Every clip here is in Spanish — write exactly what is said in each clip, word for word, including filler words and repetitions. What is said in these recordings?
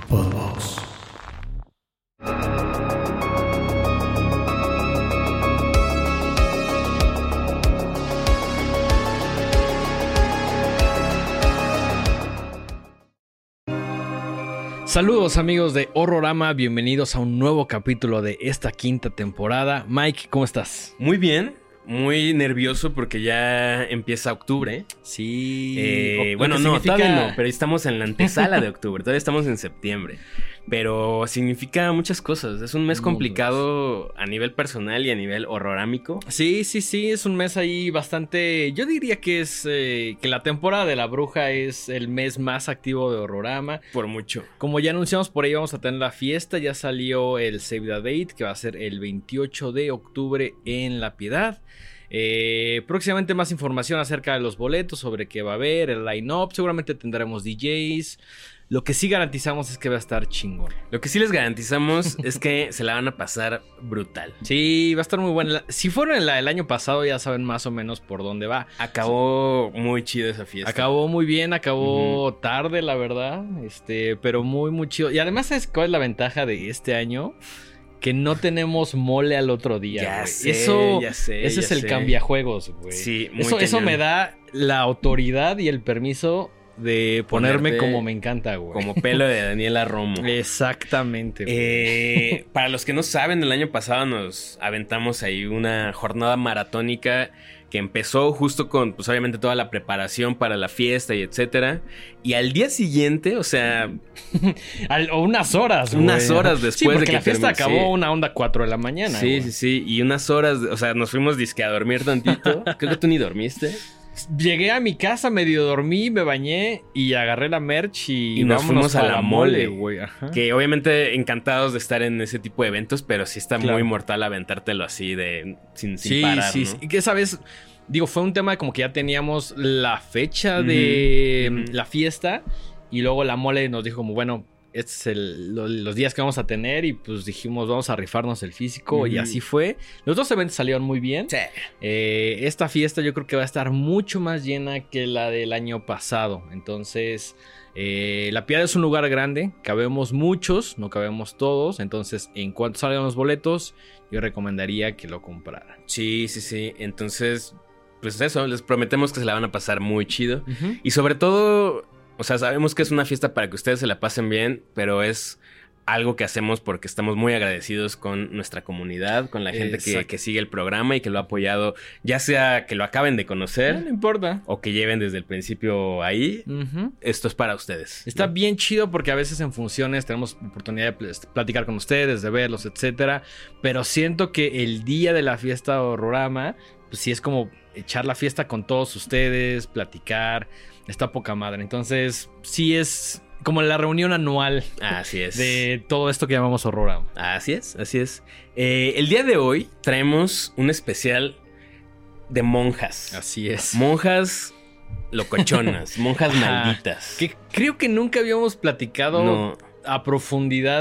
Podbox. Saludos amigos de Horrorama, bienvenidos a un nuevo capítulo de esta quinta temporada. Mike, ¿cómo estás? Muy bien, muy nervioso porque ya empieza octubre. Sí. Eh, o- bueno, lo que no, significa- todavía no, pero estamos en la antesala de octubre, todavía estamos en septiembre. Pero significa muchas cosas, es un mes Un complicado a nivel personal y a nivel horrorámico. Sí, sí, sí, es un mes ahí bastante... Yo diría que es eh, que la temporada de la bruja es el mes más activo de Horrorama. Por mucho. Como ya anunciamos, por ahí vamos a tener la fiesta. Ya salió el Save the Date, que va a ser el veintiocho de octubre en La Piedad. Eh, próximamente más información acerca de los boletos, sobre qué va a haber, el line-up. Seguramente tendremos D Js. Lo que sí garantizamos es que va a estar chingón. Lo que sí les garantizamos es que se la van a pasar brutal. Sí, va a estar muy buena. Si fueron en la del año pasado, ya saben más o menos por dónde va. Acabó muy chido esa fiesta. Acabó muy bien, acabó uh-huh. tarde, la verdad. Este, pero muy, muy chido. Y además, ¿sabes cuál es la ventaja de este año? Que no tenemos mole al otro día. Ya wey. sé, eso, ya sé. Ese ya es el sé. cambiajuegos, güey. Sí, muy eso, eso cañón. me da la autoridad y el permiso de ponerme Ponerte como me encanta, güey. Como pelo de Daniela Romo. Exactamente, güey. Eh, para los que no saben, el año pasado nos aventamos ahí una jornada maratónica que empezó justo con, pues obviamente, toda la preparación para la fiesta y etcétera. Y al día siguiente, o sea... al, o unas horas, güey. Unas horas después sí, porque de que la fiesta terminó, acabó sí. una onda cuatro de la mañana, Sí, güey. sí, sí. Y unas horas, o sea, nos fuimos disque a dormir tantito. Creo que tú ni dormiste. Llegué a mi casa, medio dormí, me bañé y agarré la merch y, y nos fuimos a la mole, güey. Que obviamente encantados de estar en ese tipo de eventos, pero sí está claro. muy mortal aventártelo así de sin, sin sí, parar, sí, ¿no? sí. Y que esa vez, digo, fue un tema de como que ya teníamos la fecha de uh-huh. la fiesta y luego la mole nos dijo como, bueno, este es el, lo, los días que vamos a tener y pues dijimos vamos a rifarnos el físico uh-huh. y así fue. Los dos eventos salieron muy bien. Sí. Eh, esta fiesta yo creo que va a estar mucho más llena que la del año pasado. Entonces, eh, La Piedad es un lugar grande, cabemos muchos, no cabemos todos. Entonces, en cuanto salgan los boletos, yo recomendaría que lo compraran. Sí, sí, sí. Entonces, pues eso, les prometemos que se la van a pasar muy chido. Uh-huh. Y sobre todo... O sea, sabemos que es una fiesta para que ustedes se la pasen bien, pero es algo que hacemos porque estamos muy agradecidos con nuestra comunidad, con la gente que, que sigue el programa y que lo ha apoyado, ya sea que lo acaben de conocer, no, no importa, o que lleven desde el principio ahí. Uh-huh. Esto es para ustedes. Está ¿no? bien chido porque a veces en funciones tenemos oportunidad de platicar con ustedes, de verlos, etcétera. Pero siento que el día de la fiesta Horrorama, pues sí es como echar la fiesta con todos ustedes, platicar. Está poca madre. Entonces, sí es como la reunión anual. Así es. De todo esto que llamamos Horrorama. Así es, así es. Eh, el día de hoy traemos un especial de monjas. Así es. Monjas locochonas, monjas malditas. Que creo que nunca habíamos platicado no. a profundidad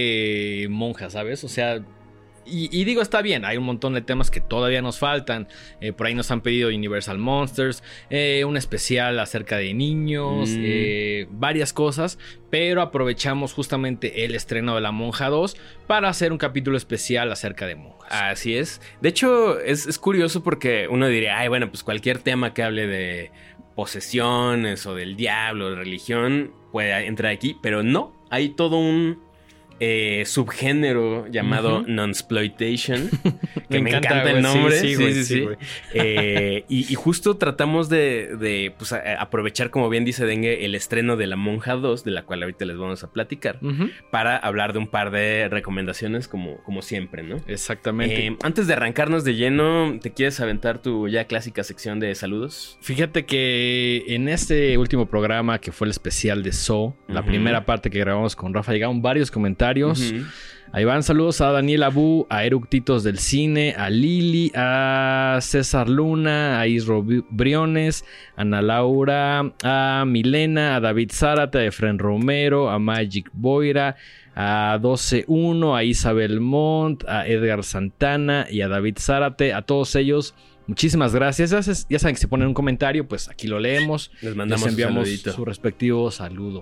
de monjas, ¿sabes? O sea... Y, y digo, está bien, hay un montón de temas que todavía nos faltan. Eh, por ahí nos han pedido Universal Monsters, eh, un especial acerca de niños, mm. eh, varias cosas. Pero aprovechamos justamente el estreno de La Monja dos para hacer un capítulo especial acerca de monjas. Así es. De hecho, es, es curioso porque uno diría, ay, bueno, pues cualquier tema que hable de posesiones o del diablo, de religión, puede entrar aquí. Pero no, hay todo un... Eh, subgénero llamado uh-huh. Nonsploitation, que me, me encanta, encanta el nombre. Sí, sí, sí, güey, sí, sí. sí eh, y, y justo tratamos de, de pues, a, aprovechar, como bien dice Dengue, el estreno de La Monja dos, de la cual ahorita les vamos a platicar, uh-huh. para hablar de un par de recomendaciones como, como siempre, ¿no? Exactamente. Eh, antes de arrancarnos de lleno, ¿te quieres aventar tu ya clásica sección de saludos? Fíjate que en este último programa, que fue el especial de Saw, uh-huh. la primera parte que grabamos con Rafa, llegaron varios comentarios. Uh-huh. Ahí van saludos a Daniel Abu, a Eructitos del Cine, a Lili, a César Luna, a Isro Briones, a Ana Laura, a Milena, a David Zárate, a Efren Romero, a Magic Boira, a doce uno, a Isabel Montt, a Edgar Santana y a David Zárate. A todos ellos, Muchísimas gracias. Ya, ya saben que si ponen un comentario, pues aquí lo leemos. Les mandamos les enviamos un su respectivo saludo.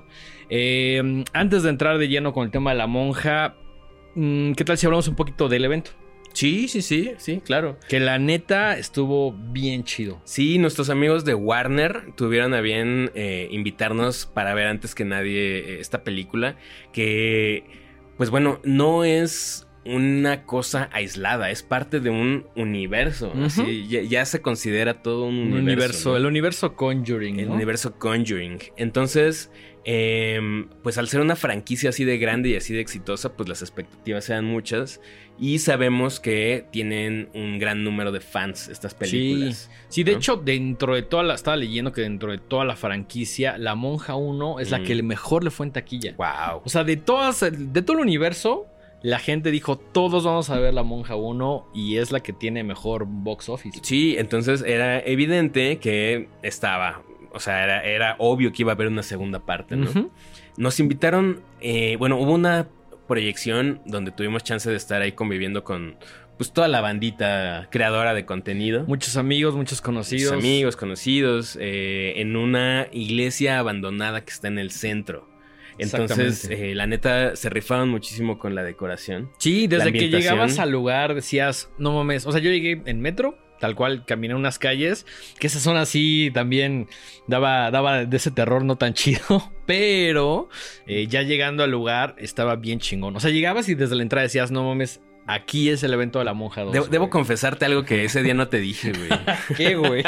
Eh, antes de entrar de lleno con el tema de la monja, ¿qué tal si hablamos un poquito del evento? Sí, sí, sí, sí, claro. Que la neta estuvo bien chido. Sí, nuestros amigos de Warner tuvieron a bien eh, invitarnos para ver antes que nadie eh, esta película. Que, pues bueno, no es una cosa aislada, es parte de un universo. Uh-huh. Así, ya, ya se considera todo un, un universo. universo ¿no? El universo Conjuring, ¿no? El universo Conjuring. Entonces, eh, pues al ser una franquicia así de grande y así de exitosa, pues las expectativas eran muchas. Y sabemos que tienen un gran número de fans estas películas. Sí, sí de ¿no? hecho, dentro de toda la... Estaba leyendo que dentro de toda la franquicia, La Monja uno es mm. la que mejor le fue en taquilla. Wow. O sea, de todas... De todo el universo, la gente dijo, todos vamos a ver La Monja uno y es la que tiene mejor box office. Sí, entonces era evidente que estaba... O sea, era, era obvio que iba a haber una segunda parte, ¿no? Uh-huh. Nos invitaron... Eh, bueno, hubo una... proyección donde tuvimos chance de estar ahí conviviendo con pues toda la bandita creadora de contenido. Muchos amigos, muchos conocidos. Muchos amigos, conocidos, eh, en una iglesia abandonada que está en el centro. Entonces, eh, la neta, se rifaron muchísimo con la decoración. Sí, desde que llegabas al lugar decías, no mames, o sea, yo llegué en metro, tal cual, caminé unas calles, que esa zona así también daba, daba de ese terror no tan chido, pero eh, ya llegando al lugar estaba bien chingón. O sea, llegabas y desde la entrada decías, no mames, aquí es el evento de La Monja dos. Debo, debo confesarte algo que ese día no te dije, güey. ¿Qué, güey?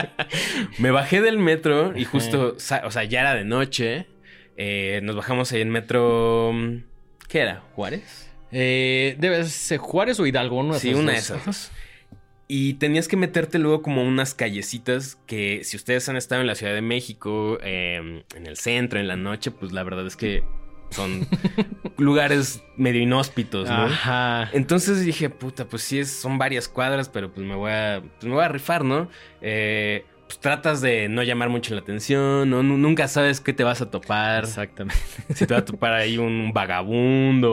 Me bajé del metro y justo, o sea, ya era de noche, eh, nos bajamos ahí en metro, ¿qué era? ¿Juárez? Eh, debe ser Juárez o Hidalgo, ¿no? Sí, una de esas dos. Y tenías que meterte luego como unas callecitas que si ustedes han estado en la Ciudad de México, eh, en el centro, en la noche, pues la verdad es que son lugares medio inhóspitos, ¿no? Ajá. Entonces dije, puta, pues sí, es, son varias cuadras, pero pues me voy a, pues me voy a rifar, ¿no? Eh, pues tratas de no llamar mucho la atención, ¿no? Nunca sabes qué te vas a topar. Exactamente. Si te va a topar ahí un vagabundo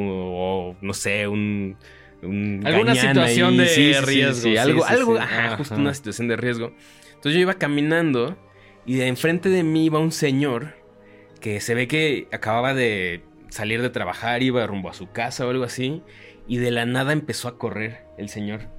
o, o no sé, un... alguna situación ahí. de sí, sí, riesgo. Sí, sí. Algo, sí, algo sí. Ajá, Ajá. justo una situación de riesgo. Entonces yo iba caminando y de enfrente de mí iba un señor que se ve que acababa de salir de trabajar, iba rumbo a su casa o algo así, y de la nada empezó a correr el señor.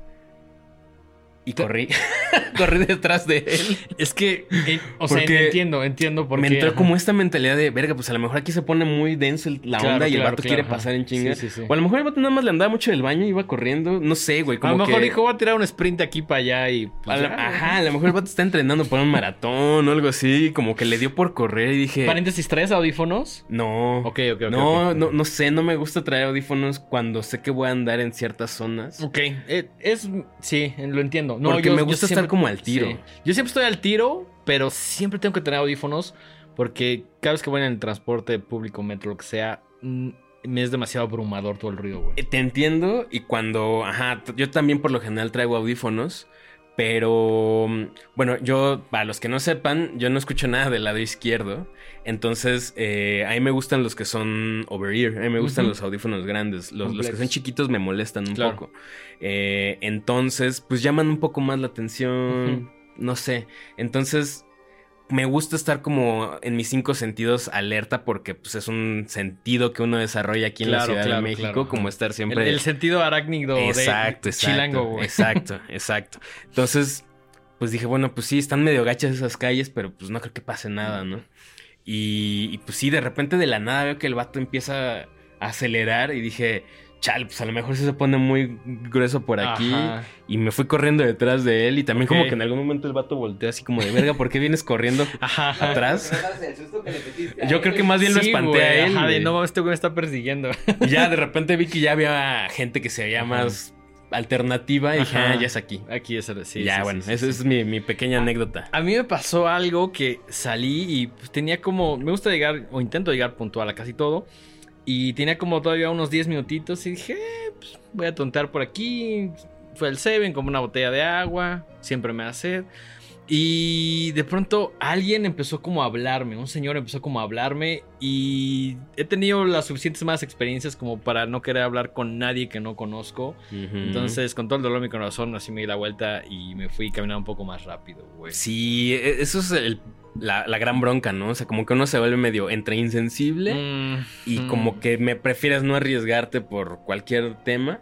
Y corrí, corrí detrás de él. Es que, eh, o sea, entiendo, entiendo por me qué. Me entró ajá. como esta mentalidad de, verga, pues a lo mejor aquí se pone muy denso el, la claro, onda y claro, el vato claro, quiere ajá. pasar en chinga. Sí, sí, sí. O a lo mejor el vato nada más le andaba mucho del baño y iba corriendo. No sé, güey. Como a lo mejor que... dijo, voy a tirar un sprint aquí para allá y... Pues, a la, ya, ajá, a lo mejor el vato está entrenando para un maratón o algo así. Como que le dio por correr y dije... ¿Paréntesis, traes audífonos? No. Ok, ok, ok. No, okay. no, no sé. No me gusta traer audífonos cuando sé que voy a andar en ciertas zonas. Ok. Eh, es... Sí, lo entiendo. No, Porque yo, me gusta yo estar siempre, como al tiro. Sí. Yo siempre estoy al tiro, pero siempre tengo que tener audífonos porque cada vez que voy en el transporte público, metro, lo que sea, me es demasiado abrumador todo el ruido, güey. Te entiendo y cuando... Ajá, yo también por lo general traigo audífonos, pero... Bueno, yo, para los que no sepan, yo no escucho nada del lado izquierdo. Entonces, eh, a mí me gustan los que son over-ear. A mí me gustan uh-huh. los audífonos grandes. Los, los que son chiquitos me molestan un claro. poco. Eh, entonces, pues llaman un poco más la atención... Uh-huh. No sé, entonces me gusta estar como en mis cinco sentidos alerta porque pues es un sentido que uno desarrolla aquí en claro, la Ciudad claro, de México, claro. como estar siempre... El, el sentido arácnido exacto, de exacto, chilango, güey. Exacto, exacto. Entonces, pues dije, bueno, pues sí, están medio gachas esas calles, pero pues no creo que pase nada, ¿no? Y, y pues sí, de repente de la nada veo que el vato empieza a acelerar y dije... Chale, pues a lo mejor se pone muy grueso por aquí. Ajá. Y me fui corriendo detrás de él. Y también okay. como que en algún momento el vato volteó así como de verga, ¿por qué vienes corriendo Ajá. atrás? Yo creo que más bien sí, lo espanté güey. a él. Ajá, de no, este güey me está persiguiendo. Y ya de repente vi que ya había gente que se veía Ajá. más alternativa. Y dije, ah, ya es aquí. Aquí es, sí. Ya, sí, bueno, sí, esa sí, es sí. Mi, mi pequeña anécdota. A mí me pasó algo que salí y pues, tenía como... Me gusta llegar, o intento llegar puntual a casi todo. Y tenía como todavía unos diez minutitos y dije, eh, pues voy a tontear por aquí. Fue al Seven, como una botella de agua. Siempre me da sed. Y de pronto alguien empezó como a hablarme, un señor empezó como a hablarme y he tenido las suficientes más experiencias como para no querer hablar con nadie que no conozco. Uh-huh. Entonces, con todo el dolor de mi corazón, así me di la vuelta y me fui caminando un poco más rápido, güey. Sí, eso es el, la, la gran bronca, ¿no? O sea, como que uno se vuelve medio entre insensible mm, y mm. como que me prefieres no arriesgarte por cualquier tema.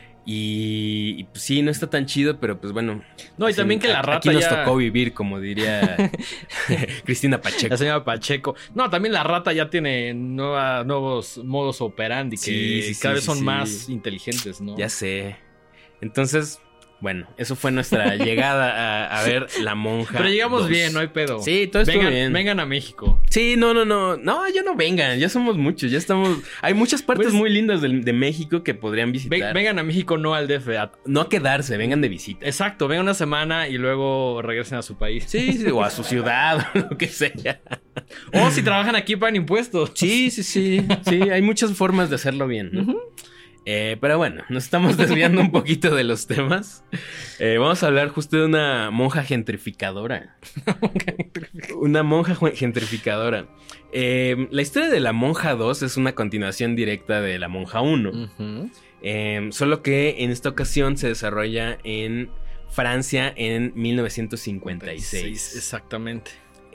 Y, y pues sí, no está tan chido, pero pues bueno. No, y así, también que la rata aquí nos ya... tocó vivir, como diría Cristina Pacheco. La señora Pacheco. No, también la rata ya tiene nueva, nuevos modos operandi que sí, sí, cada sí, vez son sí. más inteligentes, ¿no? Ya sé. Entonces, bueno, eso fue nuestra llegada a, a ver La Monja. Pero llegamos dos. Bien, no hay pedo. Sí, todo estuvo vengan, bien. Vengan a México. Sí, no, no, no. No, ya no vengan. Ya somos muchos. Ya estamos... Hay muchas partes pues, muy lindas de, de México que podrían visitar. Vengan a México, no al D F. A... No a quedarse, vengan de visita. Exacto, vengan una semana y luego regresen a su país. Sí, sí, o a su ciudad, o lo que sea. O si trabajan aquí pagan impuestos. Sí, sí, sí. Sí, hay muchas formas de hacerlo bien, ¿no? Uh-huh. Eh, pero bueno, nos estamos desviando un poquito de los temas. Eh, vamos a hablar justo de una monja gentrificadora. Una monja gentrificadora. Eh, la historia de La Monja dos es una continuación directa de La Monja uno. Uh-huh. Eh, solo que en esta ocasión se desarrolla en Francia en mil novecientos cincuenta y seis. Exactamente.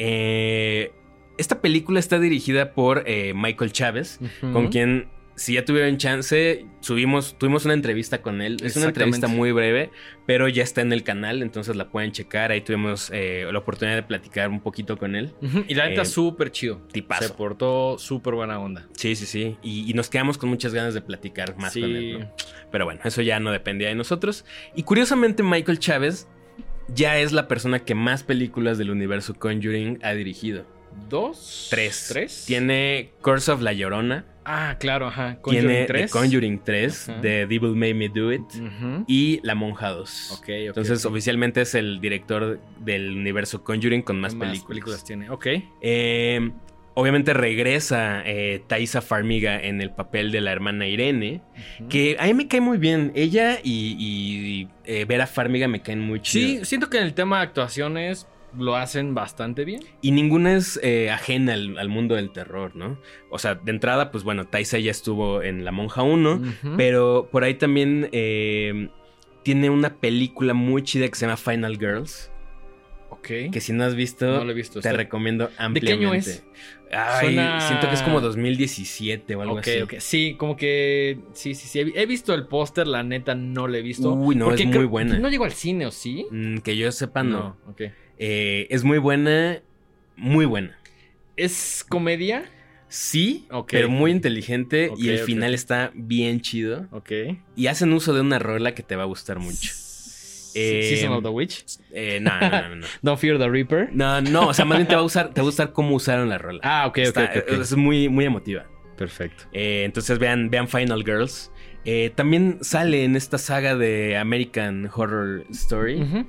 Eh, esta película está dirigida por eh, Michael Chávez, uh-huh. con quien... Si ya tuvieron chance, subimos, tuvimos una entrevista con él. Es una entrevista muy breve, pero ya está en el canal, entonces la pueden checar. Ahí tuvimos eh, la oportunidad de platicar un poquito con él. Uh-huh. Y la neta, eh, súper chido. Tipazo. Se portó súper buena onda. Sí, sí, sí. Y, y nos quedamos con muchas ganas de platicar más sí. con él, ¿no? Pero bueno, eso ya no dependía de nosotros. Y curiosamente, Michael Chávez ya es la persona que más películas del universo Conjuring ha dirigido. ¿Dos? Tres. ¿Tres? Tiene Curse of La Llorona. Ah, claro, ajá. Conjuring Tiene tres. The Conjuring tres, uh-huh. The Devil Made Me Do It, uh-huh. y La Monja dos. Ok, ok. Entonces, okay. oficialmente es el director del universo Conjuring con más, más películas. películas tiene, ok. Eh, obviamente regresa eh, Taissa Farmiga en el papel de la hermana Irene, uh-huh. que a mí me cae muy bien. Ella y, y eh, Vera Farmiga me caen muy chido. Sí, siento que en el tema de actuaciones... lo hacen bastante bien. Y ninguna es eh, ajena al, al mundo del terror, ¿no? O sea, de entrada, pues bueno, Taissa ya estuvo en La Monja uno, uh-huh. pero por ahí también eh, tiene una película muy chida que se llama Final Girls. Ok. Que si no has visto, no lo he visto, te está... recomiendo ampliamente. ¿De qué año es? Ay, Suena... siento que es como dos mil diecisiete o algo okay, así. Ok, ok. Sí, como que... Sí, sí, sí. He visto el póster, la neta no lo he visto. Uy, no, es muy creo... buena. ¿No llegó al cine o sí? Mm, que yo sepa, no. No, ok. Eh, es muy buena, muy buena. ¿Es comedia? Sí, okay. pero muy inteligente okay, y el okay. final está bien chido. Ok. Y hacen uso de una rola que te va a gustar mucho. Eh, ¿Season of the Witch? Eh, no, no, no, no. ¿Don't Fear the Reaper? No, no, o sea, más bien te va a usar, te va a gustar cómo usaron la rola. Ah, ok, está, ok, okay. Es muy, muy emotiva. Perfecto. Eh, entonces vean, vean Final Girls. Eh, también sale en esta saga de American Horror Story. Uh-huh.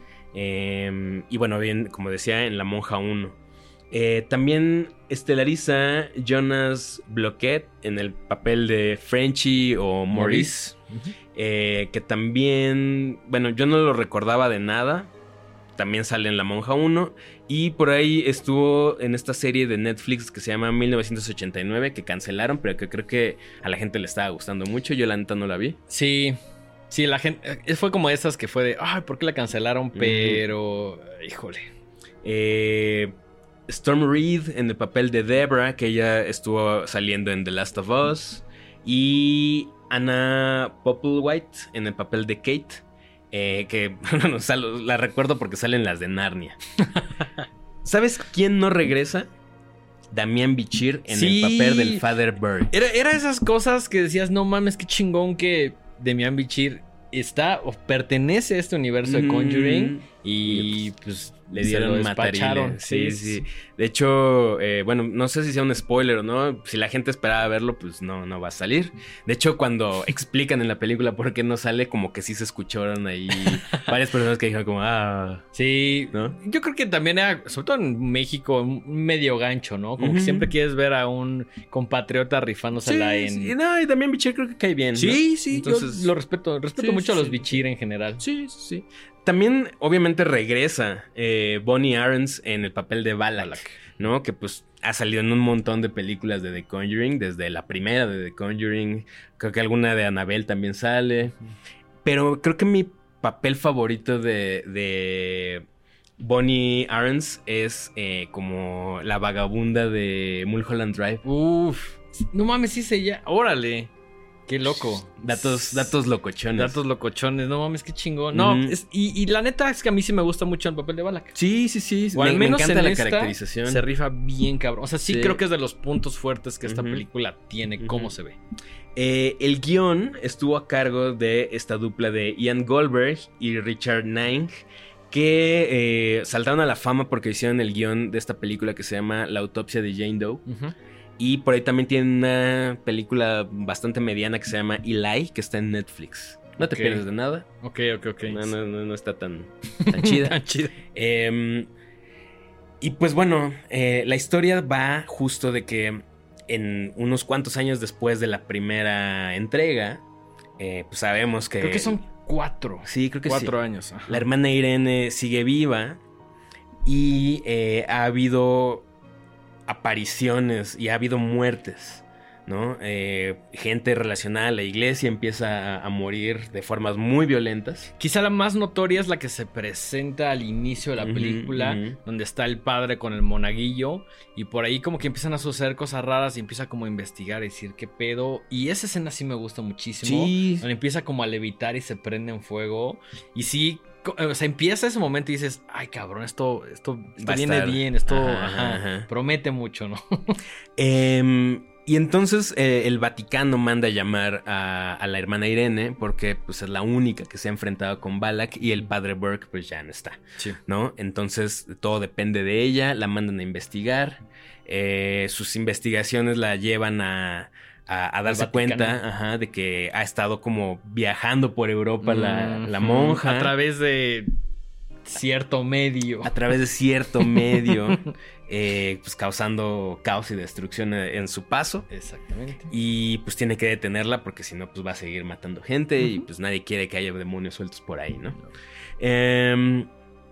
Eh, y bueno, bien, como decía, en La Monja uno. Eh, también estelariza Jonas Bloquet en el papel de Frenchie o Maurice. Uh-huh. eh, que también, bueno, yo no lo recordaba de nada. También sale en La Monja uno. Y por ahí estuvo en esta serie de Netflix que se llama mil novecientos ochenta y nueve, que cancelaron, pero que creo que a la gente le estaba gustando mucho. Yo la neta no la vi. Sí. Sí, la gente... Fue como esas que fue de... Ay, ¿por qué la cancelaron? Pero... Uh-huh. Híjole. Eh, Storm Reed en el papel de Deborah, que ella estuvo saliendo en The Last of Us. Y Anna Popplewhite en el papel de Kate. Eh, que bueno, la recuerdo porque salen las de Narnia. ¿Sabes quién no regresa? Damián Bichir en sí. el papel del Father Bird. Era, era esas cosas que decías, no mames, qué chingón que Damián Bichir está o pertenece a este universo mm. de Conjuring. Y pues le dieron matarile. Sí, sí, sí. De hecho, eh, bueno, no sé si sea un spoiler o no. Si la gente esperaba verlo, pues no, no va a salir. De hecho, cuando explican en la película por qué no sale, como que sí se escucharon ahí varias personas que dijeron como, ah... Sí, ¿no? Yo creo que también era, sobre todo en México, un medio gancho, ¿no? Como uh-huh. que siempre quieres ver a un compatriota rifándosela sí, en... Sí, no, y también Bichir creo que cae bien, Sí, ¿no? sí, Entonces... yo lo respeto. Respeto sí, mucho sí, a los Bichir en general. Sí, sí, sí. también, obviamente, regresa eh, Bonnie Aarons en el papel de Valak, Valak, ¿no? Que pues ha salido en un montón de películas de The Conjuring, desde la primera de The Conjuring, creo que alguna de Annabelle también sale, pero creo que mi papel favorito de, de Bonnie Aarons es eh, como la vagabunda de Mulholland Drive. Uf, no mames, sí se ya, órale. Qué loco. Datos, datos locochones. Datos locochones. No mames, qué chingón. No, mm. es, y, y la neta es que a mí sí me gusta mucho el papel de Valak. Sí, sí, sí. O al me, menos me encanta en la esta caracterización. Se rifa bien cabrón. O sea, sí, sí. creo que es de los puntos fuertes que esta uh-huh. película tiene, uh-huh. cómo se ve. Eh, el guión estuvo a cargo de esta dupla de Ian Goldberg y Richard Nine, que eh, saltaron a la fama porque hicieron el guión de esta película que se llama La autopsia de Jane Doe. Uh-huh. Y por ahí también tiene una película bastante mediana que se llama Eli, que está en Netflix. No te okay. pierdes de nada. Ok, ok, ok. No, no, no, no está tan, tan chida. tan chida. Eh, y pues bueno, eh, la historia va justo de que en unos cuantos años después de la primera entrega, eh, pues sabemos que... Creo que son cuatro. Sí, creo que cuatro sí. años. Ajá. La hermana Irene sigue viva y eh, ha habido apariciones y ha habido muertes, ¿no? Eh, gente relacionada a la iglesia empieza a, a morir de formas muy violentas. Quizá la más notoria es la que se presenta al inicio de la uh-huh, película, uh-huh. donde está el padre con el monaguillo y por ahí como que empiezan a suceder cosas raras y empieza como a investigar y decir qué pedo. Y esa escena sí me gusta muchísimo. Sí. Donde empieza como a levitar y se prende en fuego. Y sí... O sea, empieza ese momento y dices, ay cabrón, esto, esto, esto viene estar... bien, esto ajá, ajá, ajá. promete mucho, ¿no? eh, y entonces eh, el Vaticano manda a llamar a, a la hermana Irene porque pues, es la única que se ha enfrentado con Valak y el padre Burke pues ya no está, sí. ¿no? Entonces todo depende de ella, la mandan a investigar, eh, sus investigaciones la llevan a... A, a darse cuenta ajá, de que ha estado como viajando por Europa mm, la, la monja. A través de cierto medio. A través de cierto medio. eh, pues causando caos y destrucción en su paso. Exactamente. Y pues tiene que detenerla porque si no pues va a seguir matando gente. Uh-huh. Y pues nadie quiere que haya demonios sueltos por ahí, ¿no? no. Eh,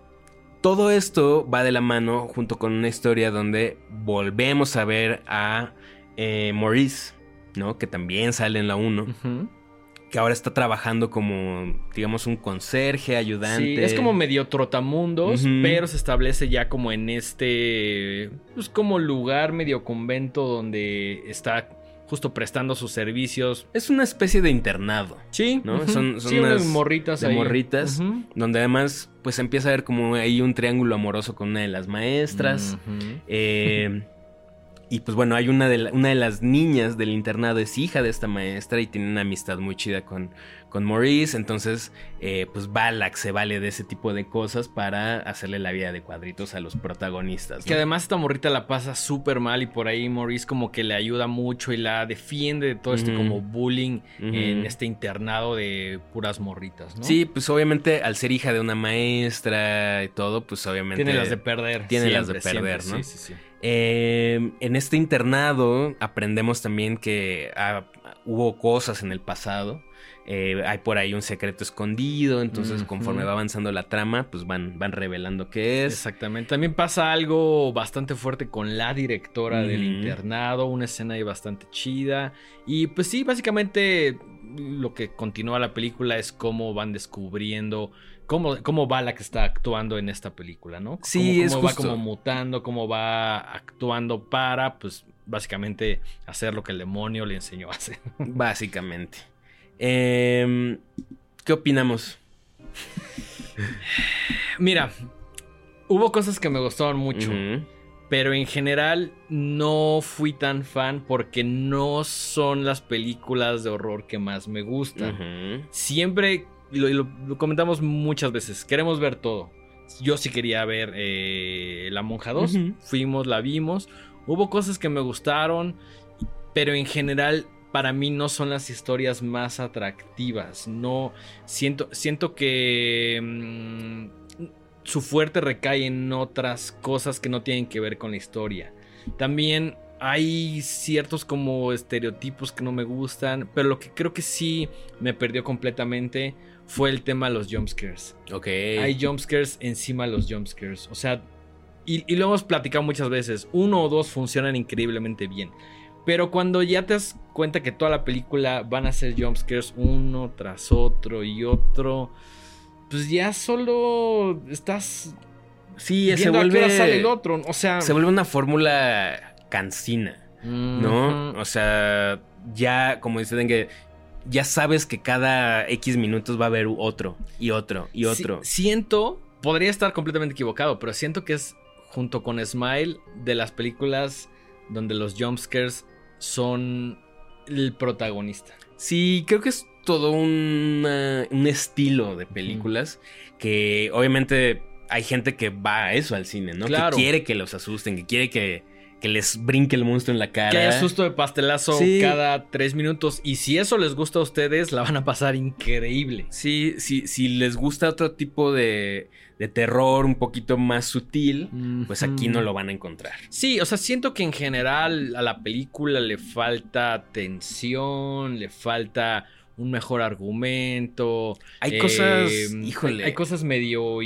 todo esto va de la mano junto con una historia donde volvemos a ver a eh, Maurice, ¿no? Que también sale en la uno. Uh-huh. Que ahora está trabajando como, digamos, un conserje, ayudante. Sí, es como medio trotamundos, uh-huh. pero se establece ya como en este, pues como lugar medio convento donde está justo prestando sus servicios. Es una especie de internado. Sí, ¿no? Uh-huh. Son, son sí, unas morritas de ahí. morritas, uh-huh. donde además, pues empieza a ver como ahí un triángulo amoroso con una de las maestras. Uh-huh. Eh... Y pues bueno, hay una de, la, una de las niñas del internado, es hija de esta maestra y tiene una amistad muy chida con, con Maurice. Entonces, eh, pues Valak se vale de ese tipo de cosas para hacerle la vida de cuadritos a los protagonistas, ¿no? Que además esta morrita la pasa súper mal y por ahí Maurice como que le ayuda mucho y la defiende de todo este uh-huh. como bullying uh-huh. en este internado de puras morritas, ¿no? Sí, pues obviamente al ser hija de una maestra y todo, pues obviamente... Tiene las de perder. Tiene siempre, las de perder, siempre, ¿no? Sí, sí, sí. Eh, en este internado aprendemos también que ah, hubo cosas en el pasado. Eh, hay por ahí un secreto escondido. Entonces, uh-huh. conforme va avanzando la trama, pues van, van revelando qué es. Exactamente. También pasa algo bastante fuerte con la directora uh-huh. del internado. Una escena ahí bastante chida. Y pues sí, básicamente lo que continúa la película es cómo van descubriendo cómo, cómo va la que está actuando en esta película, ¿no? Sí, cómo, es cómo va justo. como mutando, cómo va actuando para, pues, básicamente hacer lo que el demonio le enseñó a hacer. Básicamente. Eh, ¿Qué opinamos? Mira, hubo cosas que me gustaron mucho. Uh-huh. Pero en general no fui tan fan porque no son las películas de horror que más me gustan. Uh-huh. Siempre, y lo, lo, lo comentamos muchas veces, queremos ver todo. Yo sí quería ver eh, La Monja dos, uh-huh. fuimos, la vimos. Hubo cosas que me gustaron, pero en general para mí no son las historias más atractivas. No, siento, siento que... Mmm, su fuerte recae en otras cosas que no tienen que ver con la historia. También hay ciertos como estereotipos que no me gustan, pero lo que creo que sí me perdió completamente fue el tema de los jumpscares. Ok. Hay jumpscares encima de los jumpscares. O sea, y, y lo hemos platicado muchas veces. Uno o dos funcionan increíblemente bien. Pero cuando ya te das cuenta que toda la película van a ser jumpscares uno tras otro y otro, pues ya solo estás... Sí, se viendo a qué hora vuelve... sale el otro. O sea... Se vuelve una fórmula cansina, ¿no? Uh-huh. O sea, ya, como dicen que... Ya sabes que cada X minutos va a haber otro, y otro, y otro. Si, siento, podría estar completamente equivocado, pero siento que es, junto con Smile, de las películas donde los jumpscares son el protagonista. Sí, creo que es todo una, un estilo de películas mm. que obviamente hay gente que va a eso al cine, ¿no? Claro. Que quiere que los asusten, que quiere que... que les brinque el monstruo en la cara. Que haya susto de pastelazo sí. cada tres minutos. Y si eso les gusta a ustedes, la van a pasar increíble. Sí, sí, si les gusta otro tipo de, de terror un poquito más sutil, mm-hmm. pues aquí no lo van a encontrar. Sí, o sea, siento que en general a la película le falta tensión, le falta un mejor argumento. Hay eh, cosas, híjole. Hay cosas medio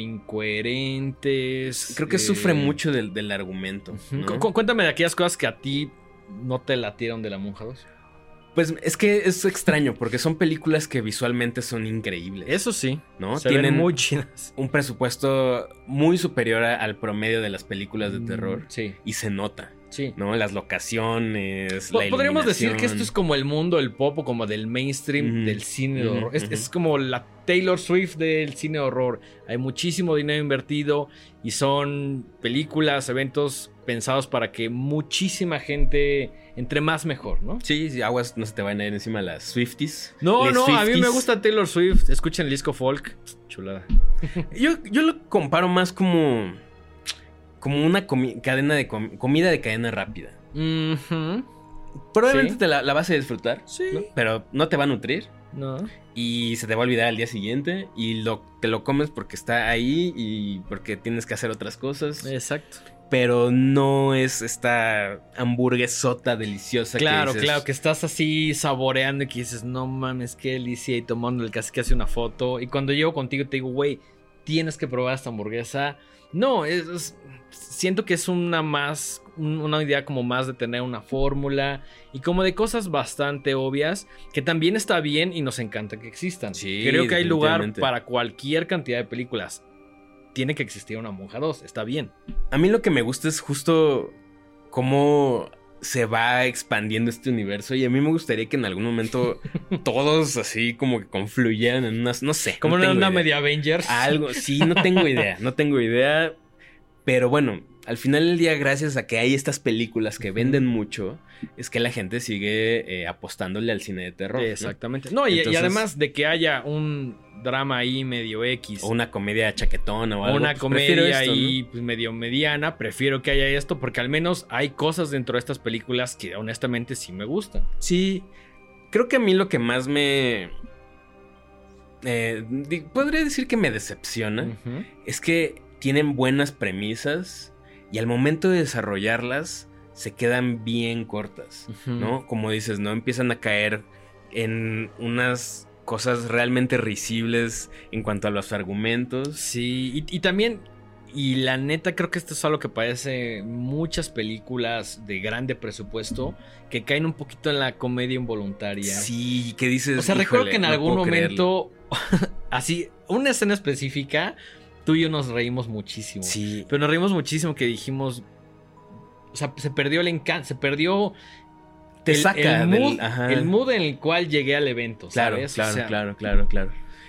incoherentes. Creo que eh, sufre mucho del, del argumento. Uh-huh. ¿no? Cu- cuéntame de aquellas cosas que a ti no te latieron de La Monja dos. Pues es que es extraño porque son películas que visualmente son increíbles. Eso sí, ¿no? Se Tienen ven muy chidas. Un presupuesto muy superior a, al promedio de las películas de terror. Mm, sí. Y se nota. Sí. ¿No? Las locaciones, la Podríamos decir que esto es como el mundo del pop o como del mainstream mm-hmm. del cine de horror. Mm-hmm. Es, es como la Taylor Swift del cine de horror. Hay muchísimo dinero invertido y son películas, eventos pensados para que muchísima gente entre más mejor, ¿no? Sí, sí, aguas no se te van a ir encima las Swifties. No, Les no, Swifties. A mí me gusta Taylor Swift. Escuchen el disco folk. Chulada. yo, yo lo comparo más como... Como una comi- cadena de com- comida de cadena rápida. Uh-huh. Probablemente sí. te la, la vas a disfrutar. Sí. ¿no? Pero no te va a nutrir. No. Y se te va a olvidar al día siguiente. Y lo, te lo comes porque está ahí y porque tienes que hacer otras cosas. Exacto. Pero no es esta hamburguesota deliciosa. Claro, que dices, claro, que estás así saboreando y que dices, no mames, qué delicia. Y tomando el casi que hace una foto. Y cuando llego contigo te digo, güey, tienes que probar esta hamburguesa. No, es, es, siento que es una más, una idea como más de tener una fórmula y como de cosas bastante obvias que también está bien y nos encanta que existan. Sí, creo que hay lugar para cualquier cantidad de películas. Tiene que existir una Monja dos, está bien. A mí lo que me gusta es justo cómo se va expandiendo este universo y a mí me gustaría que en algún momento todos así como que confluyeran en unas, no sé. Como no en una idea. media Avengers. Algo, sí, no tengo idea, no tengo idea, pero bueno, al final del día gracias a que hay estas películas que venden mucho, es que la gente sigue eh, apostándole al cine de terror. Exactamente. No, no y, Entonces, y además de que haya un drama ahí medio X. O una comedia chaquetona o algo. Una pues comedia esto, ahí ¿no? pues, medio mediana. Prefiero que haya esto porque al menos hay cosas dentro de estas películas que honestamente sí me gustan. Sí, creo que a mí lo que más me... Eh, podría decir que me decepciona. Uh-huh. Es que tienen buenas premisas y al momento de desarrollarlas se quedan bien cortas, uh-huh. ¿no? Como dices, ¿no? Empiezan a caer en unas cosas realmente risibles en cuanto a los argumentos. Sí, y, y también, y la neta creo que esto es algo que parece muchas películas de grande presupuesto que caen un poquito en la comedia involuntaria. Sí, que dices... O sea, recuerdo que en no algún momento, así, una escena específica, tú y yo nos reímos muchísimo. Sí. Pero nos reímos muchísimo que dijimos, o sea, se perdió el encanto, se perdió... Te el, saca el mood, del, ajá. el mood en el cual llegué al evento, claro, ¿sabes? Claro, o sea, claro, claro, claro.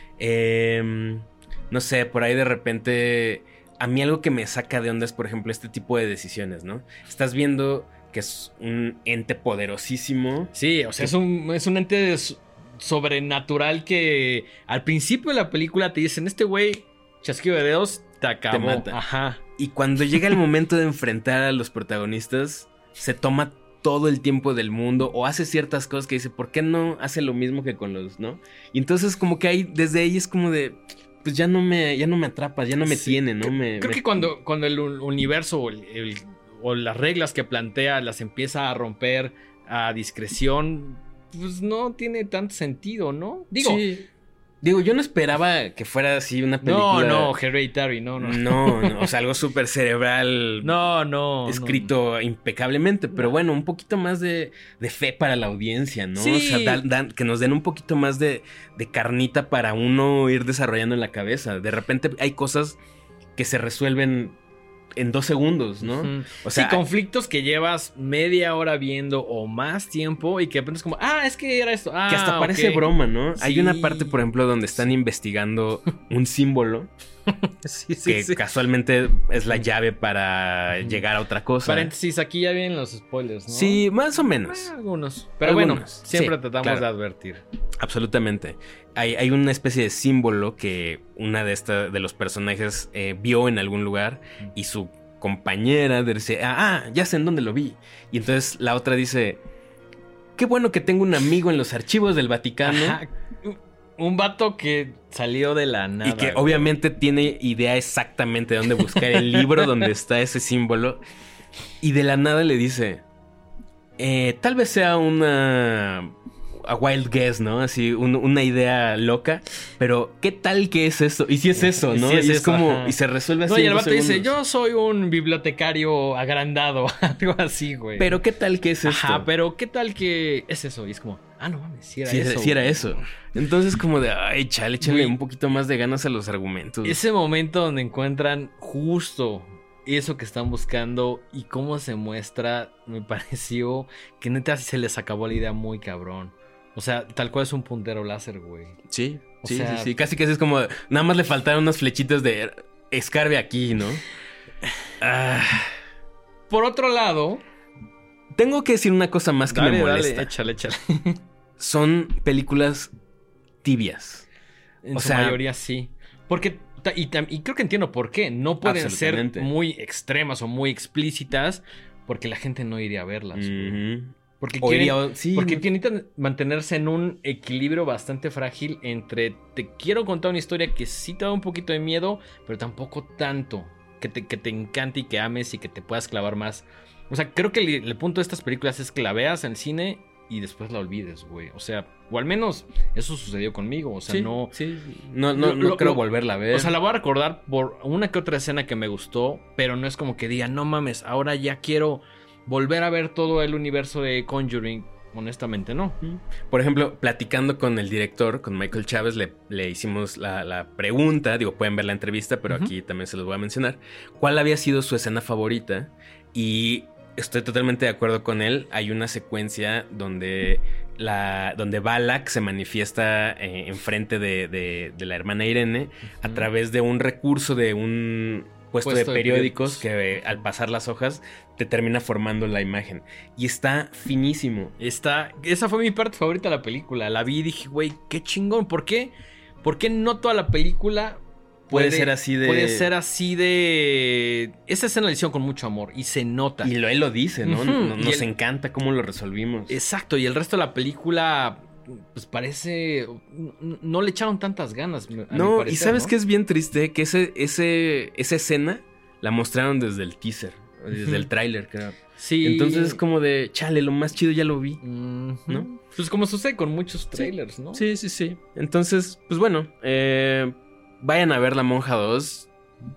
Eh, no sé, por ahí de repente... A mí algo que me saca de onda es, por ejemplo, este tipo de decisiones, ¿no? Estás viendo que es un ente poderosísimo. Sí, o sea, que... es, un, es un ente sobrenatural que al principio de la película te dicen, este güey, chasquido de dedos, te acabó. Te mata. Ajá. Y cuando llega el momento de enfrentar a los protagonistas, se toma todo el tiempo del mundo o hace ciertas cosas que dice, ¿por qué no hace lo mismo que con los, no? Y entonces como que ahí, desde ahí es como de, pues ya no me, ya no me atrapas, ya no me sí, tiene, ¿no? Creo, me, creo me... que cuando, cuando el universo o el, el, o las reglas que plantea las empieza a romper a discreción, pues no tiene tanto sentido, ¿no? Digo, sí. Digo, yo no esperaba que fuera así una película... No, no, Hereditary, no, no. No, no, o sea, algo súper cerebral. No, no. Escrito no. impecablemente, pero bueno, un poquito más de, de fe para la audiencia, ¿no? Sí. O sea, dan, dan, que nos den un poquito más de, de carnita para uno ir desarrollando en la cabeza. De repente hay cosas que se resuelven en dos segundos, ¿no? Uh-huh. O sea, sí, conflictos que llevas media hora viendo o más tiempo y que aprendes como, ah, es que era esto. Ah, que hasta okay. parece broma, ¿no? Sí. Hay una parte, por ejemplo, donde están investigando un símbolo sí, sí, que sí. casualmente es la llave para uh-huh. llegar a otra cosa. Paréntesis, aquí ya vienen los spoilers, ¿no? Sí, más o menos. Ah, algunos. Pero algunos. bueno, siempre sí, tratamos claro. de advertir. Absolutamente. Hay, hay una especie de símbolo que una de, esta, de los personajes eh, vio en algún lugar y su compañera dice, ah, ah, ya sé en dónde lo vi. Y entonces la otra dice, qué bueno que tengo un amigo en los archivos del Vaticano. Ajá. Un vato que salió de la nada. Y que güey. obviamente tiene idea exactamente de dónde buscar el libro donde está ese símbolo. Y de la nada le dice, eh, tal vez sea una... a wild guess, ¿no? Así, un, una idea loca. Pero, ¿qué tal que es eso? Y si es eso, ¿no? Sí es y es eso, como... ajá. Y se resuelve así. No, y el en dos vato dice, segundos. yo soy un bibliotecario agrandado. Algo así, güey. Pero, ¿qué tal que es esto? Ajá, pero ¿qué tal que es eso? Y es como, ah, no mames, si era sí, eso. sí era güey. eso. Entonces, como de, ay, chale, échale Güey. un poquito más de ganas a los argumentos. Ese momento donde encuentran justo eso que están buscando y cómo se muestra, me pareció que neta se les acabó la idea muy cabrón. O sea, tal cual es un puntero láser, güey. Sí, O sí, sea- sí, sí. Casi que es como, nada más le faltaron unas flechitas de escarbe aquí, ¿no? Ah, Por otro lado... tengo que decir una cosa más que Dale, me dale, molesta. échale, échale. Son películas tibias. En O su sea- mayoría sí. Porque, ta- y, tam- y creo que entiendo por qué. No pueden ser Absolutamente. muy extremas o muy explícitas porque la gente no iría a verlas. güey. Ujú. Porque O quieren, iría- sí, porque no- necesitan mantenerse en un equilibrio bastante frágil entre te quiero contar una historia que sí te da un poquito de miedo, pero tampoco tanto. Que te, que te encante y que ames y que te puedas clavar más. O sea, creo que el, el punto de estas películas es que la veas en el cine y después la olvides, güey. O sea, o al menos eso sucedió conmigo. O sea, sí, no... sí. No, no, Lo- no lo- creo lo- volverla a ver. O sea, la voy a recordar por una que otra escena que me gustó, pero no es como que diga, no mames, ahora ya quiero volver a ver todo el universo de Conjuring. Honestamente, no. Por ejemplo, platicando con el director, con Michael Chávez, le, le hicimos la, la pregunta, digo, pueden ver la entrevista, pero Ujú. aquí también se los voy a mencionar, ¿cuál había sido su escena favorita? Y estoy totalmente de acuerdo con él, hay una secuencia donde, la, donde Balak se manifiesta eh, enfrente de, de, de la hermana Irene a Ujú. través de un recurso de un puesto, Puesto de de periódicos periódicos. que eh, al pasar las hojas te termina formando la imagen. Y está finísimo. Está, esa fue mi parte favorita de la película. La vi y dije, güey, qué chingón. ¿Por qué? ¿Por qué no toda la película Puede ser así de- Puede ser así de... Esa escena la hicieron con mucho amor y se nota. Y lo, él lo dice, ¿no? Ujú. Nos, Y nos el- encanta cómo lo resolvimos. Exacto, y el resto de la película, pues parece... n- No le echaron tantas ganas, a mi No, parecer, y ¿sabes ¿no? qué es bien triste? Que ese, ese, esa escena la mostraron desde el teaser, desde Ujú. el tráiler, creo. Sí. Entonces es como de, chale, lo más chido ya lo vi. Ujú. ¿no? Pues como sucede con muchos trailers, ¿no? Sí, sí, sí. Entonces, pues bueno, eh, vayan a ver La Monja dos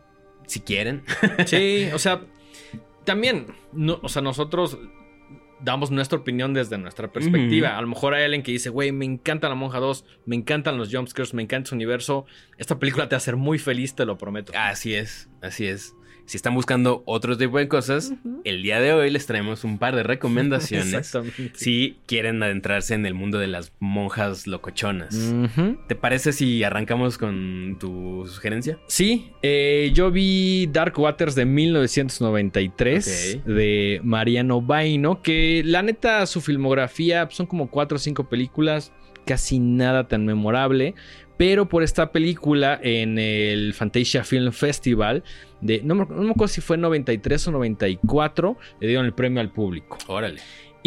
si quieren. Sí, o sea, también, no, o sea, nosotros damos nuestra opinión desde nuestra perspectiva. Ujú. A lo mejor hay alguien que dice, güey, me encanta La Monja dos, me encantan los jumpscares, me encanta su universo. Esta película te va a hacer muy feliz, te lo prometo. Así es, así es. Si están buscando otro tipo de cosas, Ujú. el día de hoy les traemos un par de recomendaciones. Exactamente. Si quieren adentrarse en el mundo de las monjas locochonas. Ujú. ¿Te parece si arrancamos con tu sugerencia? Sí, eh, yo vi Dark Waters de mil novecientos noventa y tres Ok. de Mariano Baino, que la neta su filmografía son como cuatro o cinco películas, casi nada tan memorable, pero por esta película en el Fantasia Film Festival, de, no, me, no me acuerdo si fue noventa y tres o noventa y cuatro, le dieron el premio al público. Órale.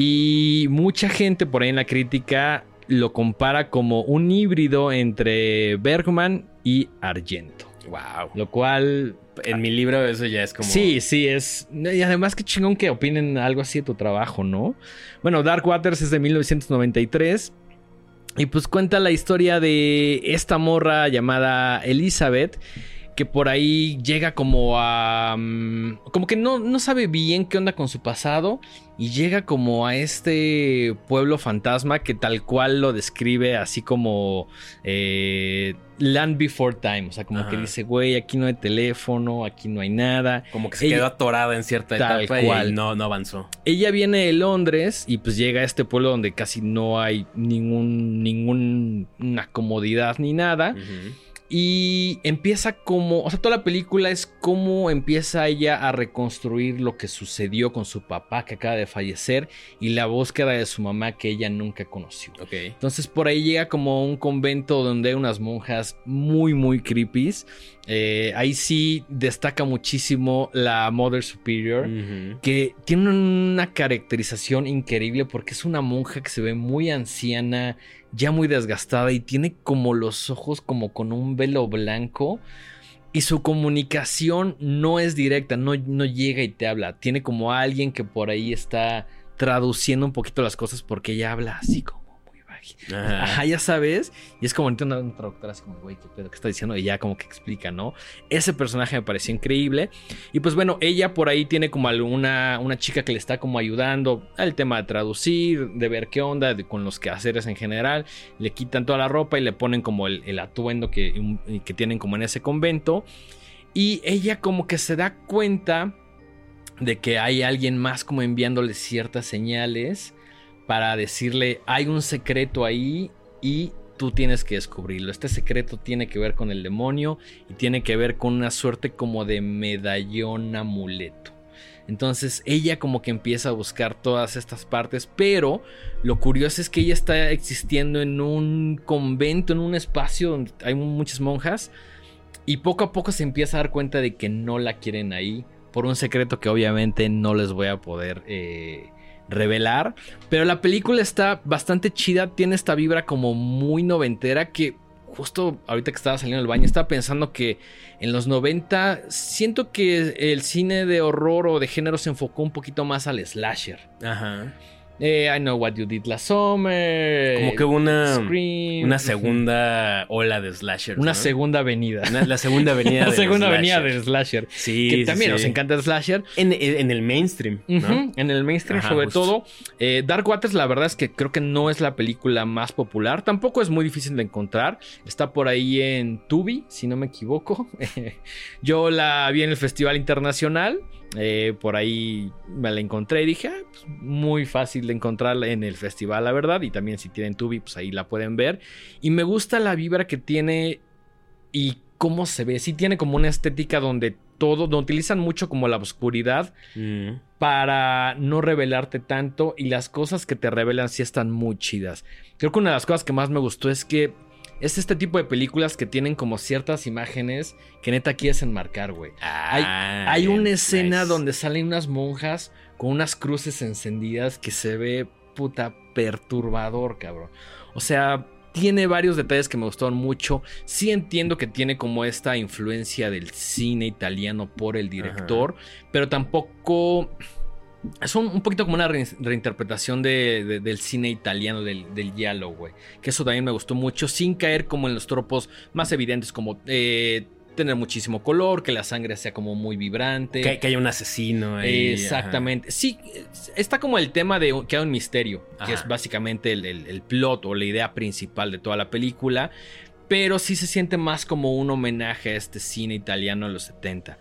Y mucha gente por ahí en la crítica lo compara como un híbrido entre Bergman y Argento. Wow. Lo cual... En mi libro eso ya es como... Sí, sí, es... Y además qué chingón que opinen algo así de tu trabajo, ¿no? Bueno, Dark Waters es de mil novecientos noventa y tres. Y pues cuenta la historia de esta morra llamada Elizabeth, que por ahí llega como a... Um, como que no, no sabe bien qué onda con su pasado. Y llega como a este pueblo fantasma que tal cual lo describe así como... Eh, Land Before Time. O sea, como Ajá. que dice, güey, aquí no hay teléfono, aquí no hay nada. Como que se ella, quedó atorada en cierta tal etapa cual. Y no, no avanzó. Ella viene de Londres y pues llega a este pueblo donde casi no hay ningún, ninguna comodidad ni nada. Uh-huh. Y empieza como... O sea, toda la película es cómo empieza ella a reconstruir lo que sucedió con su papá que acaba de fallecer y la búsqueda de su mamá que ella nunca conoció. Okay. Entonces por ahí llega como a un convento donde hay unas monjas muy, muy creepies. Eh, ahí sí destaca muchísimo la Mother Superior, uh-huh. que tiene una caracterización increíble porque es una monja que se ve muy anciana, ya muy desgastada y tiene como los ojos como con un velo blanco y su comunicación no es directa, no, no llega y te habla, tiene como alguien que por ahí está traduciendo un poquito las cosas porque ella habla así como Ajá. Ajá, ya sabes. Y es como una, una traductora así como, güey, ¿qué pedo? ¿Qué está diciendo? Y ya como que explica, ¿no? Ese personaje me pareció increíble. Y pues bueno, ella por ahí tiene como alguna una chica que le está como ayudando al tema de traducir, de ver qué onda, de, con los quehaceres en general. Le quitan toda la ropa y le ponen como el, el atuendo que, que tienen como en ese convento. Y ella como que se da cuenta de que hay alguien más como enviándole ciertas señales para decirle, hay un secreto ahí y tú tienes que descubrirlo. Este secreto tiene que ver con el demonio y tiene que ver con una suerte como de medallón amuleto. Entonces ella como que empieza a buscar todas estas partes, pero lo curioso es que ella está existiendo en un convento, en un espacio donde hay muchas monjas y poco a poco se empieza a dar cuenta de que no la quieren ahí por un secreto que obviamente no les voy a poder... Eh, revelar, pero la película está bastante chida, tiene esta vibra como muy noventera que justo ahorita que estaba saliendo del baño estaba pensando que en los noventa siento que el cine de horror o de género se enfocó un poquito más al slasher. Ajá. Eh, I Know What You Did Last Summer. Como que una, Scream, una segunda ola de slasher. Una ¿no? segunda avenida. Una, la segunda avenida La segunda del avenida del slasher. Sí. Que también sí. nos encanta el slasher. En, en el mainstream, ¿no? Uh-huh, en el mainstream, Ajá, sobre justo. todo. Eh, Dark Waters, la verdad es que creo que no es la película más popular. Tampoco es muy difícil de encontrar. Está por ahí en Tubi, si no me equivoco. Yo la vi en el Festival Internacional. Eh, por ahí me la encontré y dije, ah, pues muy fácil de encontrarla en el festival, la verdad. Y también si tienen Tubi, pues ahí la pueden ver. Y me gusta la vibra que tiene y cómo se ve. Sí tiene como una estética donde todo, donde utilizan mucho como la oscuridad mm. para no revelarte tanto. Y las cosas que te revelan sí están muy chidas. Creo que una de las cosas que más me gustó es que es este tipo de películas que tienen como ciertas imágenes que neta quieres enmarcar, güey. Ah, hay, hay una escena nice. donde salen unas monjas con unas cruces encendidas que se ve puta perturbador, cabrón. O sea, tiene varios detalles que me gustaron mucho. Sí entiendo que tiene como esta influencia del cine italiano por el director, Ajá. pero tampoco... Es un, un poquito como una re, reinterpretación de, de, del cine italiano, del, del giallo, güey. Que eso también me gustó mucho, sin caer como en los tropos más evidentes, como eh, tener muchísimo color, que la sangre sea como muy vibrante. Que, que haya un asesino ahí. Exactamente. Ajá. Sí, está como el tema de que hay un misterio, Ajá. que es básicamente el, el, el plot o la idea principal de toda la película. Pero sí se siente más como un homenaje a este cine italiano de los setenta.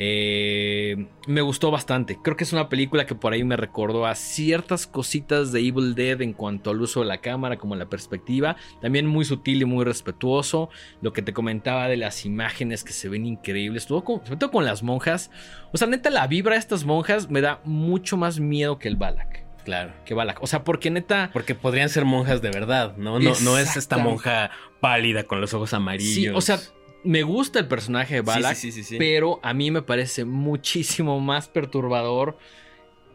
Eh, me gustó bastante. Creo que es una película que por ahí me recordó a ciertas cositas de Evil Dead en cuanto al uso de la cámara, como la perspectiva. También muy sutil y muy respetuoso. Lo que te comentaba de las imágenes que se ven increíbles. Todo con, sobre todo con las monjas. O sea, neta, la vibra de estas monjas me da mucho más miedo que el Balak. Claro. Que Balak. O sea, porque neta... Porque podrían ser monjas de verdad, ¿no? No, no es esta monja pálida con los ojos amarillos. Sí, o sea, me gusta el personaje de Balak, sí, sí, sí, sí, sí. pero a mí me parece muchísimo más perturbador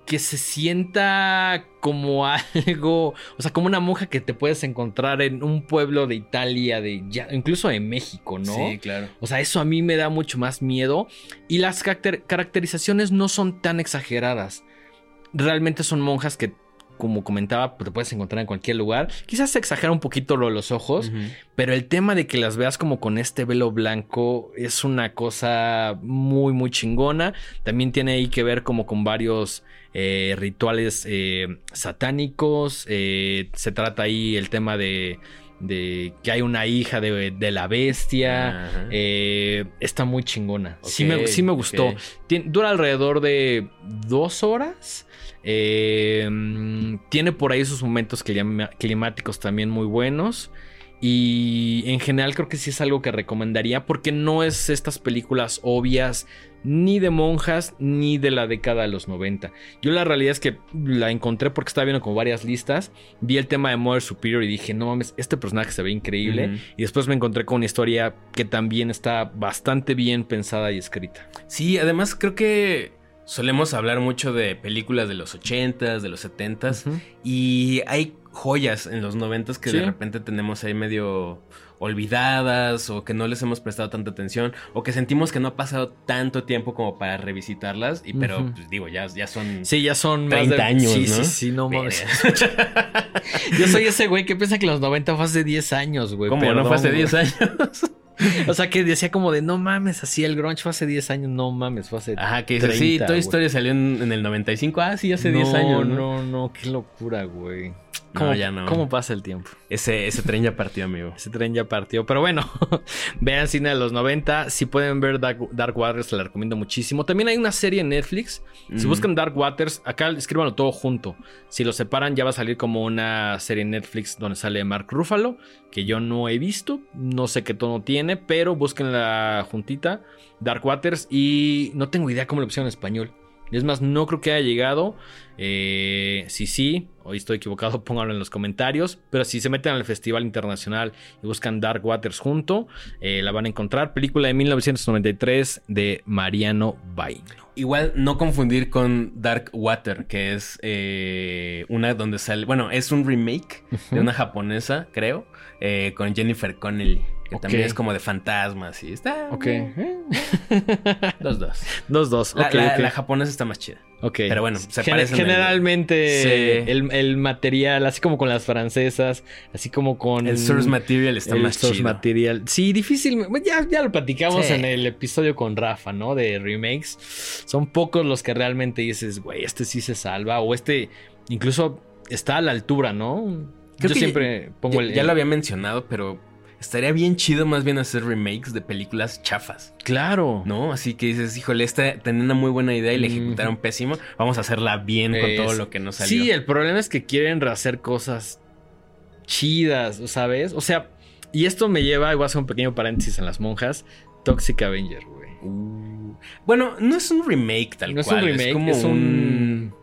que se sienta como algo, o sea, como una monja que te puedes encontrar en un pueblo de Italia, de ya, incluso de México, ¿no? Sí, claro. O sea, eso a mí me da mucho más miedo y las caracter- caracterizaciones no son tan exageradas. Realmente son monjas que, como comentaba, te puedes encontrar en cualquier lugar. Quizás se exagera un poquito lo de los ojos, uh-huh. pero el tema de que las veas como con este velo blanco es una cosa muy, muy chingona. También tiene ahí que ver como con varios eh, rituales eh, satánicos. Eh, se trata ahí el tema de... de que hay una hija de, de la bestia. Uh-huh. eh, está muy chingona. Okay, sí, me, sí me gustó. Okay. Tien, dura alrededor de dos horas. Eh, tiene por ahí sus momentos clima, climáticos también muy buenos. Y en general creo que sí es algo que recomendaría, porque no es estas películas obvias ni de monjas ni de la década de los noventa. Yo la realidad es que la encontré porque estaba viendo como varias listas. Vi el tema de Mother Superior y dije, no mames, este personaje se ve increíble. Uh-huh. Y después me encontré con una historia que también está bastante bien pensada y escrita. Sí, además creo que solemos hablar mucho de películas de los ochentas, de los setentas, uh-huh. y hay joyas en los noventas que sí. de repente tenemos ahí medio olvidadas o que no les hemos prestado tanta atención o que sentimos que no ha pasado tanto tiempo como para revisitarlas, y pero uh-huh. pues digo, ya, ya son sí, ya son treinta más de... años, sí, ¿no? Sí, sí, no mames. Yo soy ese güey que piensa que los noventa fue hace diez años, güey. ¿Cómo Perdón, no fue hace diez güey. años? O sea, que decía como de, no mames, así el grunge fue hace diez años, no mames, fue hace Ajá, que dice, sí, Toy Story salió en, en el noventa y cinco, ah, sí, hace diez no, años, ¿no? No, no, qué locura, güey. ¿Cómo, no, ya no. ¿Cómo pasa el tiempo? Ese, ese tren ya partió, amigo. Ese tren ya partió. Pero bueno, vean cine de los noventa. Si pueden ver Dark, Dark Waters, se la recomiendo muchísimo. También hay una serie en Netflix. Mm. Si buscan Dark Waters, acá escríbanlo todo junto. Si lo separan, ya va a salir como una serie en Netflix donde sale Mark Ruffalo, que yo no he visto. No sé qué tono tiene, pero búsquenla juntita. Dark Waters. Y no tengo idea cómo lo pusieron en español. Es más, no creo que haya llegado. Eh, si sí, hoy estoy equivocado, pónganlo en los comentarios. Pero si se meten al Festival Internacional y buscan Dark Waters junto, eh, la van a encontrar. Película de mil novecientos noventa y tres de Mariano Baino. Igual no confundir con Dark Water, que es eh, una donde sale... Bueno, es un remake uh-huh. de una japonesa, creo, eh, con Jennifer Connelly. Que okay. también es como de fantasmas y está... Ok. Eh. Dos, dos. Dos, dos. La, okay, la, okay. la japonesa está más chida. Ok. Pero bueno, se Gen- parecen. Generalmente sí. el, el material, así como con las francesas, así como con... El source material está el más source chido. material. Sí, difícil. Ya, ya lo platicamos sí. en el episodio con Rafa, ¿no? De remakes. Son pocos los que realmente dices, güey, este sí se salva. O este incluso está a la altura, ¿no? Creo Yo que siempre ya, pongo ya, el... Ya lo había mencionado, pero... estaría bien chido más bien hacer remakes de películas chafas. Claro. ¿No? Así que dices, híjole, esta tenía una muy buena idea y la ejecutaron mm. pésimo. Vamos a hacerla bien es... con todo lo que nos salió. Sí, el problema es que quieren rehacer cosas chidas, ¿sabes? O sea, y esto me lleva, y voy a hacer un pequeño paréntesis en las monjas, Toxic Avenger, güey. Uh. Bueno, no es un remake tal no cual. No es un remake, es como es un... un...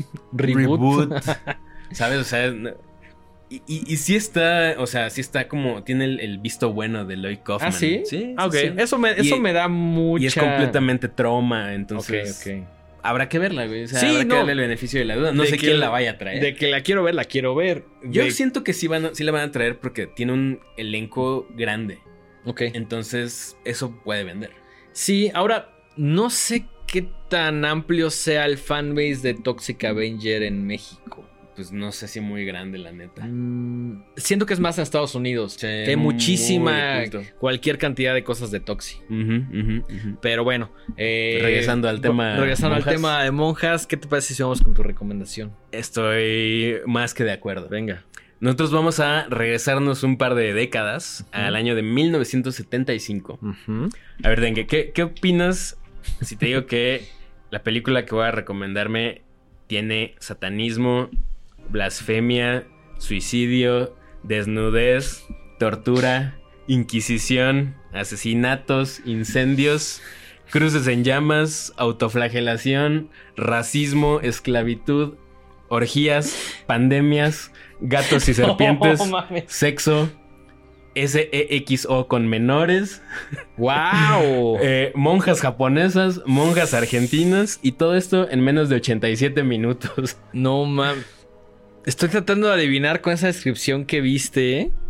reboot. reboot. ¿Sabes? O sea... Y, y, y sí está, o sea, sí está como, tiene el, el visto bueno de Lloyd Kaufman. ¿Ah, sí? Sí, ah, ok. sí, sí. Eso, me, eso y, me da mucha... Y es completamente trauma, entonces... Ok, ok. Habrá que verla, güey. O sea, sí, habrá no. que darle el beneficio de la duda. No de sé que, quién la vaya a traer. De que la quiero ver, la quiero ver. Yo de... siento que sí, van a, sí la van a traer porque tiene un elenco grande. Ok. Entonces, eso puede vender. Sí, ahora, no sé qué tan amplio sea el fanbase de Toxic Avenger en México. Pues no sé si muy grande, la neta. Mm, siento que es más en Estados Unidos. Sí, que hay muchísima, muy cualquier cantidad de cosas de Toxi. Uh-huh, uh-huh, uh-huh. Pero bueno. Eh, regresando al tema Regresando monjas. al tema de monjas, ¿qué te parece si vamos con tu recomendación? Estoy más que de acuerdo. Venga. Nosotros vamos a regresarnos un par de décadas uh-huh. al año de mil novecientos setenta y cinco. Uh-huh. A ver, Dengue, ¿qué, ¿qué opinas si te digo que la película que voy a recomendarme tiene satanismo, blasfemia, suicidio, desnudez, tortura, inquisición, asesinatos, incendios, cruces en llamas, autoflagelación, racismo, esclavitud, orgías, pandemias, gatos y serpientes, oh, sexo, S E X O con menores. ¡Wow! eh, monjas japonesas, monjas argentinas y todo esto en menos de ochenta y siete minutos. No mames. Estoy tratando de adivinar con esa descripción que viste, ¿eh?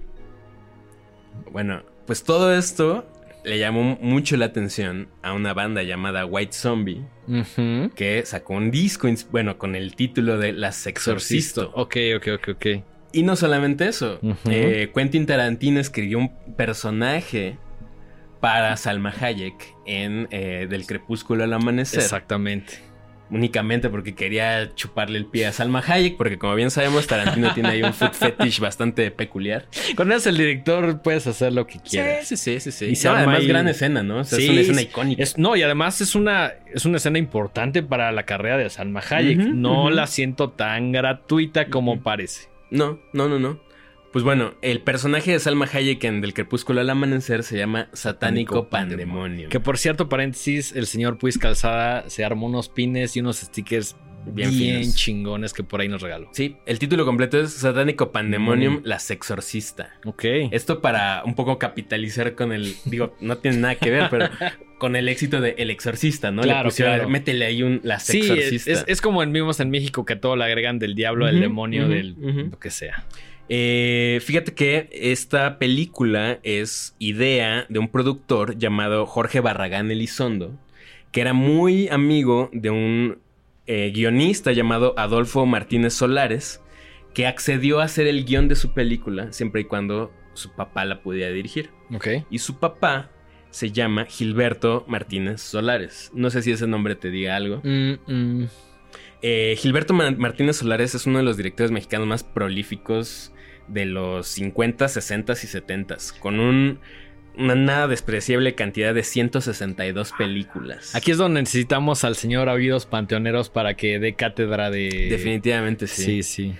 Bueno, pues todo esto le llamó mucho la atención a una banda llamada White Zombie, uh-huh. que sacó un disco, bueno, con el título de Las Exorcisto. Ok, ok, ok, ok. Y no solamente eso, uh-huh. eh, Quentin Tarantino escribió un personaje para Salma Hayek en eh, Del Crepúsculo al Amanecer. Exactamente. Únicamente porque quería chuparle el pie a Salma Hayek, porque como bien sabemos, Tarantino tiene ahí un food fetish bastante peculiar. Cuando eres el director, puedes hacer lo que quieras. Sí, sí, sí, sí. Y sí. No, además, ahí... gran escena, ¿no? O sea, sí, es una escena icónica. Es, no, y además es una, es una escena importante para la carrera de Salma Hayek. Uh-huh, no uh-huh. la siento tan gratuita como uh-huh. parece. No, no, no, no. Pues bueno, el personaje de Salma Hayek en Del Crepúsculo al Amanecer se llama Satánico Pandemonium. Que por cierto, paréntesis, el señor Puis Calzada se armó unos pines y unos stickers bien, bien chingones que por ahí nos regaló. Sí, el título completo es Satánico Pandemonium, mm. Las Exorcista. Ok. Esto para un poco capitalizar con el... Digo, no tiene nada que ver, pero... con el éxito de El Exorcista, ¿no? Claro, le pusieron, claro. Métele ahí un Las sí, Exorcista. Es, es como en vimos en México que todo le agregan del diablo, uh-huh, del demonio, uh-huh, del... Uh-huh. lo que sea. Eh, fíjate que esta película es idea de un productor llamado Jorge Barragán Elizondo, que era muy amigo de un eh, guionista llamado Adolfo Martínez Solares, que accedió a hacer el guión de su película siempre y cuando su papá la pudiera dirigir. Okay. Y su papá se llama Gilberto Martínez Solares. No sé si ese nombre te diga algo. Mm-mm. Eh, Gilberto Ma- Martínez Solares es uno de los directores mexicanos más prolíficos de los cincuenta, sesenta y setenta, con un, una nada despreciable cantidad de ciento sesenta y dos películas. Aquí es donde necesitamos al señor Oídos Panteoneros para que dé cátedra de... Definitivamente sí. Sí, sí.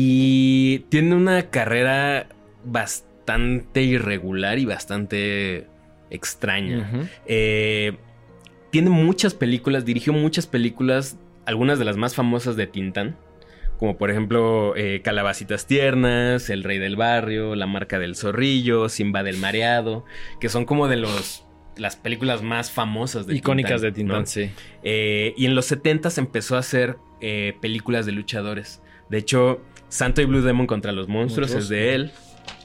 Y tiene una carrera bastante irregular y bastante extraña. Uh-huh. Eh, tiene muchas películas, dirigió muchas películas, algunas de las más famosas de Tintán. Como por ejemplo eh, Calabacitas Tiernas, El Rey del Barrio, La Marca del Zorrillo, Simba del Mareado, que son como de los las películas más famosas de icónicas Tintán, de Tintán, ¿no? sí. Eh, y en los setentas empezó a hacer eh, películas de luchadores. De hecho, Santo y Blue Demon contra los monstruos es de él.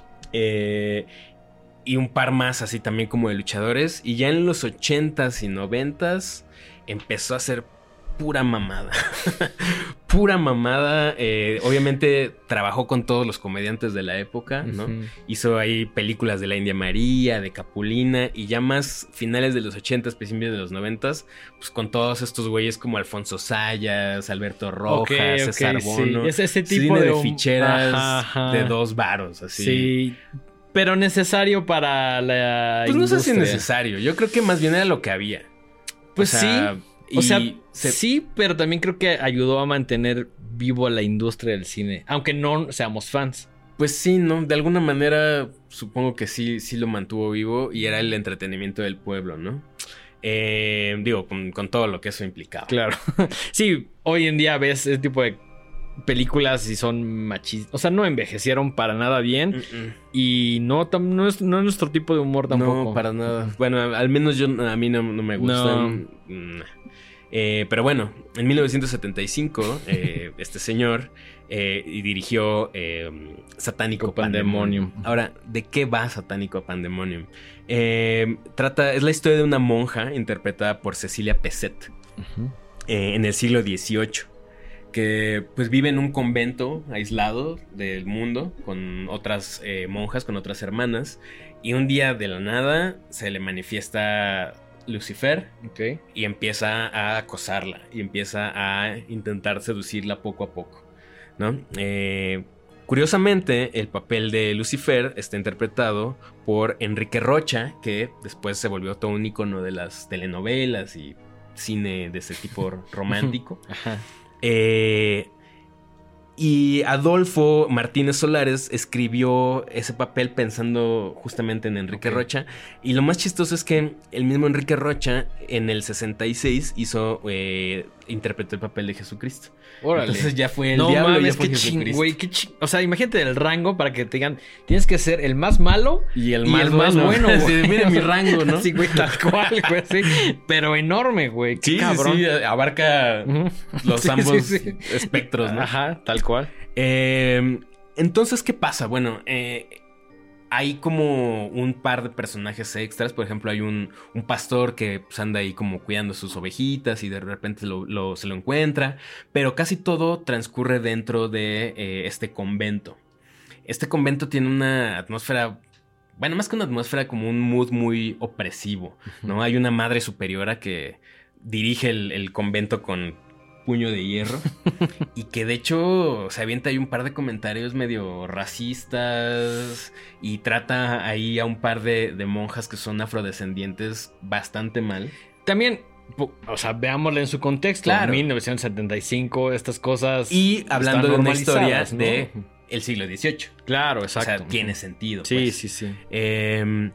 Eh, y un par más así también como de luchadores. Y ya en los ochentas y noventas empezó a hacer pura mamada. Pura mamada. Eh, obviamente trabajó con todos los comediantes de la época, ¿no? Uh-huh. Hizo ahí películas de la India María, de Capulina, y ya más finales de los ochentas, principios de los noventas, pues con todos estos güeyes como Alfonso Sayas, Alberto Rojas, okay, okay, César Bono. Sí. Es ese tipo de, de un... ficheras ajá, ajá. de dos varos, así. Sí. Pero necesario para la Pues industria. No sé si necesario. Yo creo que más bien era lo que había. Pues o sea, sí. O sea, se... sí, pero también creo que ayudó a mantener vivo la industria del cine. Aunque no seamos fans. Pues sí, ¿no? De alguna manera supongo que sí, sí lo mantuvo vivo y era el entretenimiento del pueblo, ¿no? Eh, digo, con, con todo lo que eso implicaba. Claro. Sí, hoy en día ves ese tipo de películas y son machistas. O sea, no envejecieron para nada bien. Mm-mm. Y no, tam, no, es, no es nuestro tipo de humor tampoco. No, para nada. Bueno, al menos yo a mí no, no me gustan. No. Eh, pero bueno, en mil novecientos setenta y cinco, eh, este señor eh, dirigió eh, Satánico Pandemonium. Pandemonium. Ahora, ¿de qué va Satánico Pandemonium? Eh, trata, es la historia de una monja interpretada por Cecilia Peset, uh-huh. eh, en el siglo dieciocho, que pues vive en un convento aislado del mundo con otras eh, monjas, con otras hermanas, y un día de la nada se le manifiesta Lucifer, okay. y empieza a acosarla y empieza a intentar seducirla poco a poco, ¿no? Eh, curiosamente, el papel de Lucifer está interpretado por Enrique Rocha, que después se volvió todo un ícono de las telenovelas y cine de ese tipo romántico. Ajá. Eh, Y Adolfo Martínez Solares escribió ese papel pensando justamente en Enrique okay. Rocha. Y lo más chistoso es que el mismo Enrique Rocha en el sesenta y seis hizo, eh, interpretó el papel de Jesucristo. Órale. Entonces ya fue el no, diablo. Mames, ya fue qué Jesucristo. ching, güey, qué ching. O sea, imagínate el rango para que te digan, tienes que ser el más malo y el y más el bueno. Más bueno sí, miren mi rango, ¿no? Sí, güey, tal cual, güey, sí. Pero enorme, güey. Qué sí, cabrón. Sí, sí, abarca uh-huh. los sí, ambos sí, sí. espectros, ¿no? Ajá, tal cual. Eh, entonces, ¿qué pasa? Bueno, eh, hay como un par de personajes extras. Por ejemplo, hay un, un pastor que pues, anda ahí como cuidando sus ovejitas y de repente lo, lo, se lo encuentra. Pero casi todo transcurre dentro de eh, este convento. Este convento tiene una atmósfera... Bueno, más que una atmósfera, como un mood muy opresivo, ¿no? Uh-huh. Hay una madre superiora que dirige el, el convento con puño de hierro y que de hecho se avienta ahí un par de comentarios medio racistas y trata ahí a un par de, de monjas que son afrodescendientes bastante mal. También, o sea, veámoslo en su contexto. Claro. mil novecientos setenta y cinco, estas cosas. Y hablando de una historia, ¿no? de el siglo dieciocho. Claro, exacto. O sea, tiene sentido. Sí, pues. sí, sí. Eh,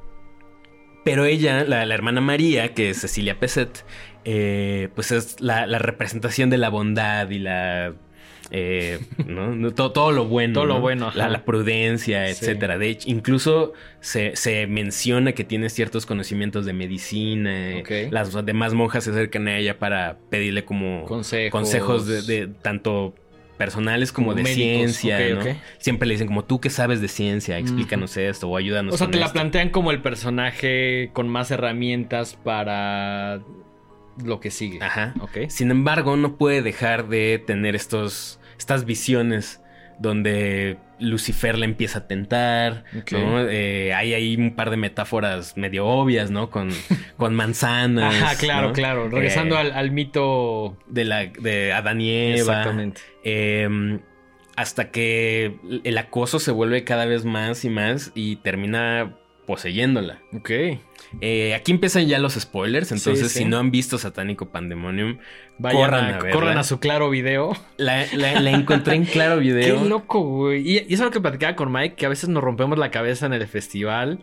pero ella, la, la hermana María, que es Cecilia Peset, eh, pues es la, la representación de la bondad y la... Eh, ¿no? todo, todo lo bueno. Todo ¿no? lo bueno, ajá. La, la prudencia, etcétera. Sí. De hecho, incluso se, se menciona que tiene ciertos conocimientos de medicina. Okay. Las demás monjas se acercan a ella para pedirle como consejos, consejos de, de tanto personales como, como de médicos. Ciencia, okay, ¿no? Okay. Siempre le dicen como, tú que sabes de ciencia, explícanos uh-huh. esto o ayúdanos. O sea, con te esto. La plantean como el personaje con más herramientas para lo que sigue. Ajá. Okay. Sin embargo, no puede dejar de tener estos, estas visiones donde Lucifer le empieza a tentar, okay. ¿no? Eh, hay ahí un par de metáforas medio obvias, ¿no? Con, con manzanas. Ajá, claro, ¿no? claro. Regresando eh, al, al mito de, la, de Adán y Eva. Exactamente. Eh, hasta que el acoso se vuelve cada vez más y más y termina poseyéndola. Ok. Eh, aquí empiezan ya los spoilers, entonces sí, sí. si no han visto Satánico Pandemonium, vayan corran a, a corran a su Claro Video. La, la, la encontré en Claro Video. Qué loco, güey. Y, y eso es lo que platicaba con Mike, que a veces nos rompemos la cabeza en el festival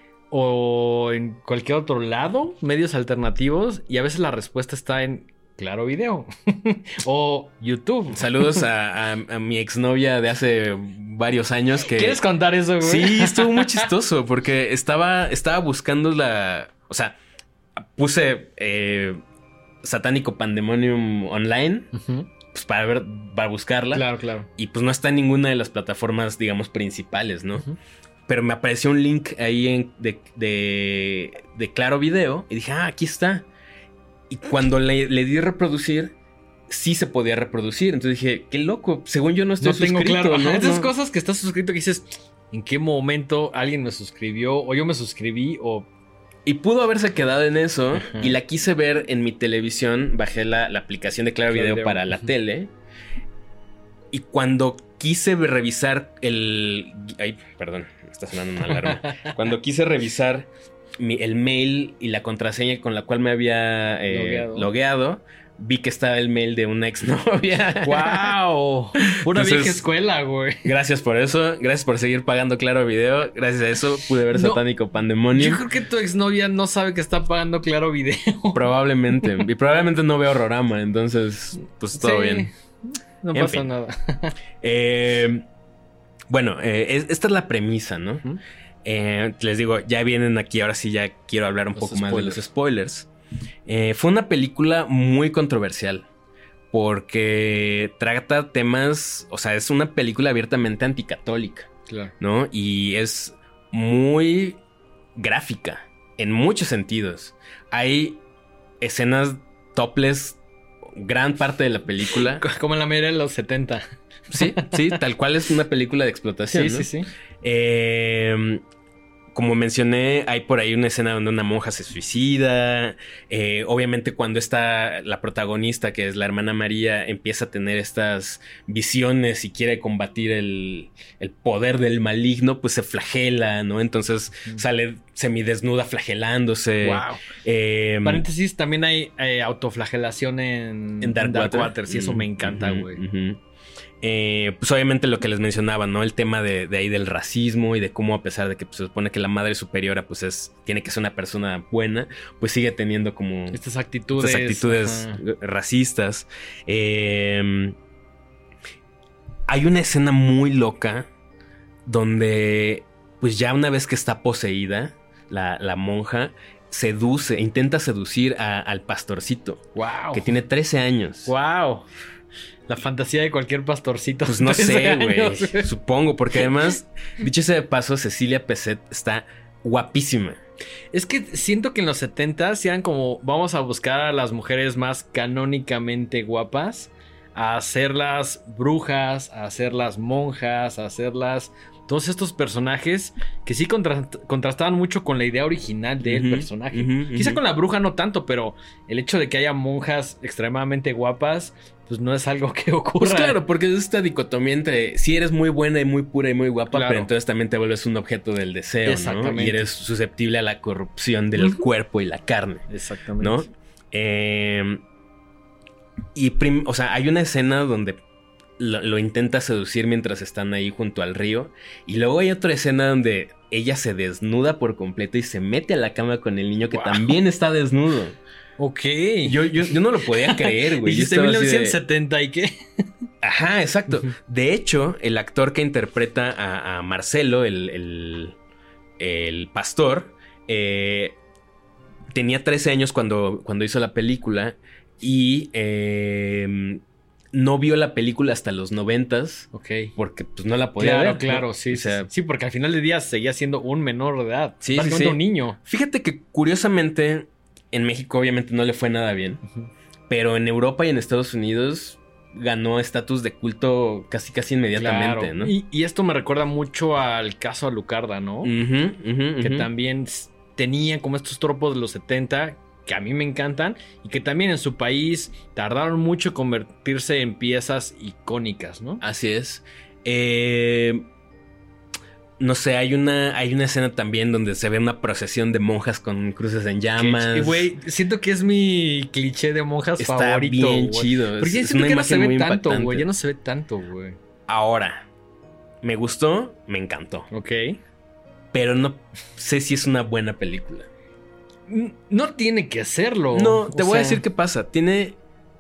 o en cualquier otro lado, medios alternativos, y a veces la respuesta está en Claro Video o YouTube. Saludos a, a, a mi exnovia de hace varios años que... ¿Quieres contar eso, güey? Sí, estuvo muy chistoso porque estaba, estaba buscando la... O sea, puse eh, Satánico Pandemonium online uh-huh. pues para ver, para buscarla. Claro, claro. Y pues no está en ninguna de las plataformas, digamos, principales, ¿no? Uh-huh. Pero me apareció un link ahí en, de, de, de Claro Video y dije, ah, aquí está. Y cuando le, le di reproducir, sí se podía reproducir. Entonces dije, qué loco, según yo no estoy no suscrito. Tengo claro. ¿no? Esas no. cosas que estás suscrito que dices, ¿en qué momento alguien me suscribió? O yo me suscribí o... Y pudo haberse quedado en eso. Uh-huh. Y la quise ver en mi televisión. Bajé la, la aplicación de Claro, claro Video, Video para uh-huh. la tele. Y cuando quise revisar el... Ay, perdón, me está sonando una alarma. Cuando quise revisar... Mi, el mail y la contraseña con la cual me había eh, logueado. logueado, vi que estaba el mail de una exnovia. ¡Wow! Pura Entonces, vieja escuela, güey. Gracias por eso. Gracias por seguir pagando Claro Video. Gracias a eso pude ver no, Satánico Pandemonium. Yo creo que tu exnovia no sabe que está pagando Claro Video. Probablemente. Y probablemente no veo Horrorama. Entonces, pues todo sí, bien. No en pasa fin. nada. eh, bueno, eh, es, esta es la premisa, ¿no? Uh-huh. Eh, les digo, ya vienen aquí, ahora sí ya quiero hablar un los poco spoilers. más de los spoilers. Eh, fue una película muy controversial porque trata temas, o sea, es una película abiertamente anticatólica, claro. ¿no? Y es muy gráfica en muchos sentidos. Hay escenas topless gran parte de la película. Como en la mayoría de los setenta. Sí, sí, tal cual es una película de explotación. Sí, ¿no? sí, sí. Eh, como mencioné, hay por ahí una escena donde una monja se suicida. Eh, obviamente cuando está la protagonista, que es la hermana María, empieza a tener estas visiones y quiere combatir el, el poder del maligno, pues se flagela, ¿no? Entonces mm. sale semidesnuda flagelándose. Wow. Eh, Paréntesis, también hay eh, autoflagelación en, en Dark, Dark Water. Water. Sí, eso mm, me encanta, güey. Uh-huh, uh-huh. Eh, pues obviamente lo que les mencionaba, ¿no? El tema de, de ahí del racismo y de cómo, a pesar de que pues, se supone que la madre superiora pues es, tiene que ser una persona buena, pues sigue teniendo como estas actitudes, estas actitudes racistas. Eh, hay una escena muy loca donde pues ya una vez que está poseída la, la monja seduce, intenta seducir a, al pastorcito. Wow. Que tiene trece años. Wow. La fantasía de cualquier pastorcito. Pues no sé, güey. Supongo, porque además, dicho ese de paso, Cecilia Peset está guapísima. Es que siento que en los setentas eran como, vamos a buscar a las mujeres más canónicamente guapas, a hacerlas brujas, a hacerlas monjas, a hacerlas... Todos estos personajes que sí contra contrastaban mucho con la idea original del uh-huh, personaje. Uh-huh, Quizá uh-huh. con la bruja no tanto, pero el hecho de que haya monjas extremadamente guapas, pues no es algo que ocurra. Pues claro, porque es esta dicotomía entre si eres muy buena y muy pura y muy guapa, claro. pero entonces también te vuelves un objeto del deseo, Exactamente. ¿no? Y eres susceptible a la corrupción del uh-huh. cuerpo y la carne. Exactamente. ¿No? Eh, y, prim o sea, hay una escena donde... Lo, lo intenta seducir mientras están ahí junto al río. Y luego hay otra escena donde ella se desnuda por completo y se mete a la cama con el niño que wow. también está desnudo. Ok. Yo, yo, yo no lo podía creer, güey. ¿Y mil novecientos setenta de... y qué? Ajá, exacto. De hecho, el actor que interpreta a, a Marcelo, el, el, el pastor, eh, tenía trece años cuando, cuando hizo la película. Y... Eh, no vio la película hasta los noventas. Ok. Porque pues no la podía claro, ver. Claro, ¿no? sí. O sea, sí, porque al final del día seguía siendo un menor de edad. Sí, sí, sí. un niño. Fíjate que curiosamente en México obviamente no le fue nada bien. Uh-huh. Pero en Europa y en Estados Unidos ganó estatus de culto casi casi inmediatamente, claro. ¿no? Y, y esto me recuerda mucho al caso Alucarda, ¿no? Uh-huh, uh-huh, que uh-huh. también tenía como estos tropos de los setenta... que a mí me encantan y que también en su país tardaron mucho en convertirse en piezas icónicas, ¿no? Así es. Eh, no sé, hay una, hay una escena también donde se ve una procesión de monjas con cruces en llamas. Güey, siento que es mi cliché de monjas Está favorito. Está bien wey. chido. Porque es, ya es una que no se ve tanto, impactante. güey. Ya no se ve tanto, güey. Ahora, me gustó, me encantó. Ok. Pero no sé si es una buena película. No tiene que serlo. No, te o voy sea... a decir qué pasa. Tiene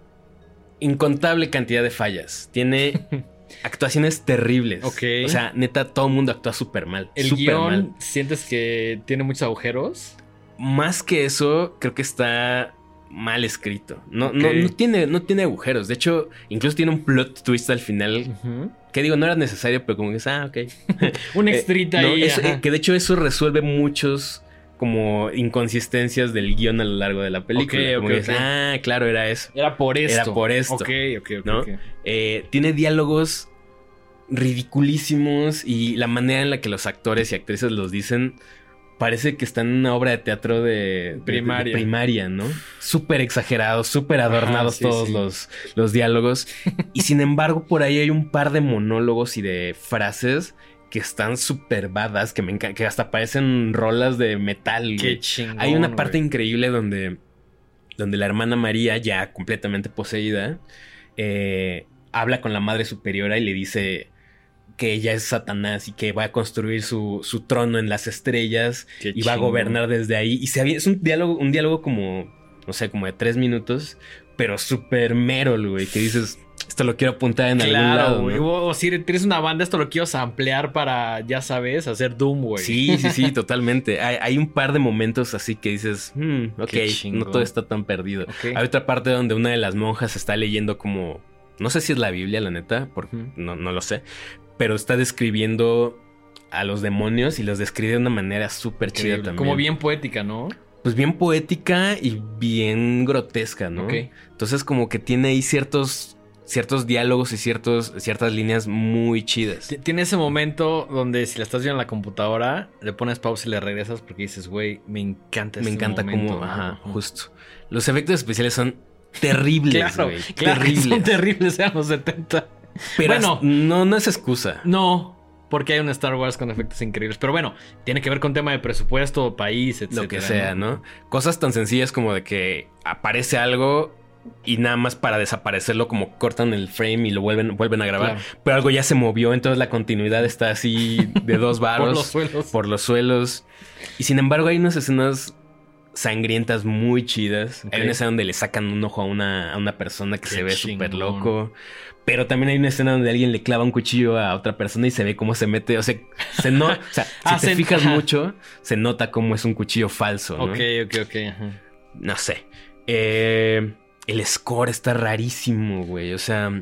incontable cantidad de fallas. Tiene actuaciones terribles. Ok. O sea, neta, todo el mundo actúa súper mal. ¿El super guión mal. sientes que tiene muchos agujeros? Más que eso, creo que está mal escrito. No, okay. no, no, tiene, no tiene agujeros. De hecho, incluso tiene un plot twist al final. Uh-huh. Que digo, no era necesario, pero como que es, ah, ok. Un extrita eh, ahí. No, eso, eh, que de hecho eso resuelve muchos... como inconsistencias del guión a lo largo de la película. Okay, como okay, que, okay. Ah, claro, era eso. Era por esto. Era por esto. Ok, ok, ok. ¿no? okay. Eh, tiene diálogos ridiculísimos y la manera en la que los actores y actrices los dicen parece que están en una obra de teatro de primaria, de, de primaria, ¿no? Súper exagerados, súper adornados. Ajá, sí, todos sí. Los, los diálogos. Y sin embargo, por ahí hay un par de monólogos y de frases que están súper badass, que me encanta, que hasta parecen rolas de metal. Qué chingón. Hay una parte güey. increíble donde, donde la hermana María, ya completamente poseída, eh, habla con la madre superiora y le dice que ella es Satanás y que va a construir su, su trono en las estrellas. Qué y chingón. Va a gobernar desde ahí. Y se, es un diálogo, un diálogo como, no sé, como de tres minutos, pero súper merol, güey, que dices... Esto lo quiero apuntar en claro, algún lado, güey. ¿no? O si tienes una banda, esto lo quiero samplear para, ya sabes, hacer Doom, güey. Sí, sí, sí, totalmente. Hay, hay un par de momentos así que dices, hmm, ok, no todo está tan perdido. Okay. Hay otra parte donde una de las monjas está leyendo como, no sé si es la Biblia, la neta, porque uh-huh. no, no lo sé, pero está describiendo a los demonios y los describe de una manera súper chida también. Como bien poética, ¿no? Pues bien poética y bien grotesca, ¿no? Ok. Entonces como que tiene ahí ciertos... ciertos diálogos y ciertos, ciertas líneas muy chidas. Tiene ese momento donde si la estás viendo en la computadora, le pones pausa y le regresas porque dices, güey, me encanta este Me encanta momento. como, ajá, justo. Los efectos especiales son terribles, claro, güey. Claro, terribles. son terribles, eran los setenta. Pero bueno, no, no es excusa. No, porque hay un Star Wars con efectos increíbles. Pero bueno, tiene que ver con tema de presupuesto, país, etcétera. Lo que sea, ¿no? ¿no? Cosas tan sencillas como de que aparece algo y nada más para desaparecerlo como cortan el frame y lo vuelven, vuelven a grabar. Claro. Pero algo ya se movió, entonces la continuidad está así de dos varos. Por los suelos. Por los suelos. Y sin embargo hay unas escenas sangrientas muy chidas. Okay. Hay una escena donde le sacan un ojo a una, a una persona que Qué se ve chingón. súper loco. Pero también hay una escena donde alguien le clava un cuchillo a otra persona y se ve cómo se mete. O sea, se no, o sea Ah, si te se- fijas ajá. mucho, se nota cómo es un cuchillo falso, ¿no? Ok, ok, ok. Ajá. No sé. Eh, el score está rarísimo, güey. O sea,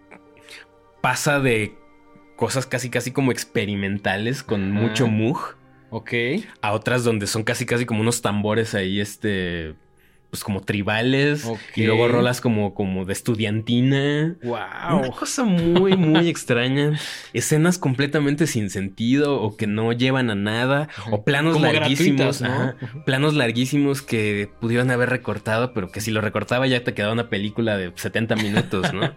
pasa de cosas casi casi como experimentales con Ajá. mucho mug Ok. a otras donde son casi casi como unos tambores ahí, este, pues como tribales. Ok. Y luego rolas como, como de estudiantina. Una Wow. cosa muy, muy extraña. Escenas completamente sin sentido o que no llevan a nada. O planos Como larguísimos. gratuitas, ¿no? Ajá. Ujú. Planos larguísimos que pudieron haber recortado, pero que si lo recortaba ya te quedaba una película de setenta minutos, ¿no?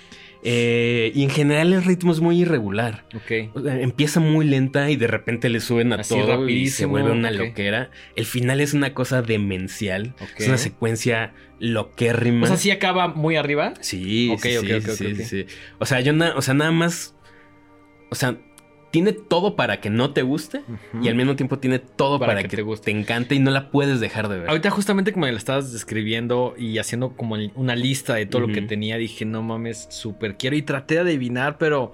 Eh, y en general el ritmo es muy irregular. Ok. O sea, empieza muy lenta y de repente le suben a Así todo y se rapidísimo, vuelve una ok. loquera. El final es una cosa demencial. Ok. Es una secuencia loquérrima. O sea, ¿sí acaba muy arriba? Sí, Ok, sí, ok, sí, ok, sí, ok, sí, ok. sí. O sea, yo na- o sea, nada más. O sea, tiene todo para que no te guste Ujú. y al mismo tiempo tiene todo Para para, que que, te te, guste. encante y no la puedes dejar de ver. Ahorita justamente como me la estabas describiendo y haciendo como una lista de todo Ujú. lo que tenía, dije, no mames, súper quiero. Y traté de adivinar, pero...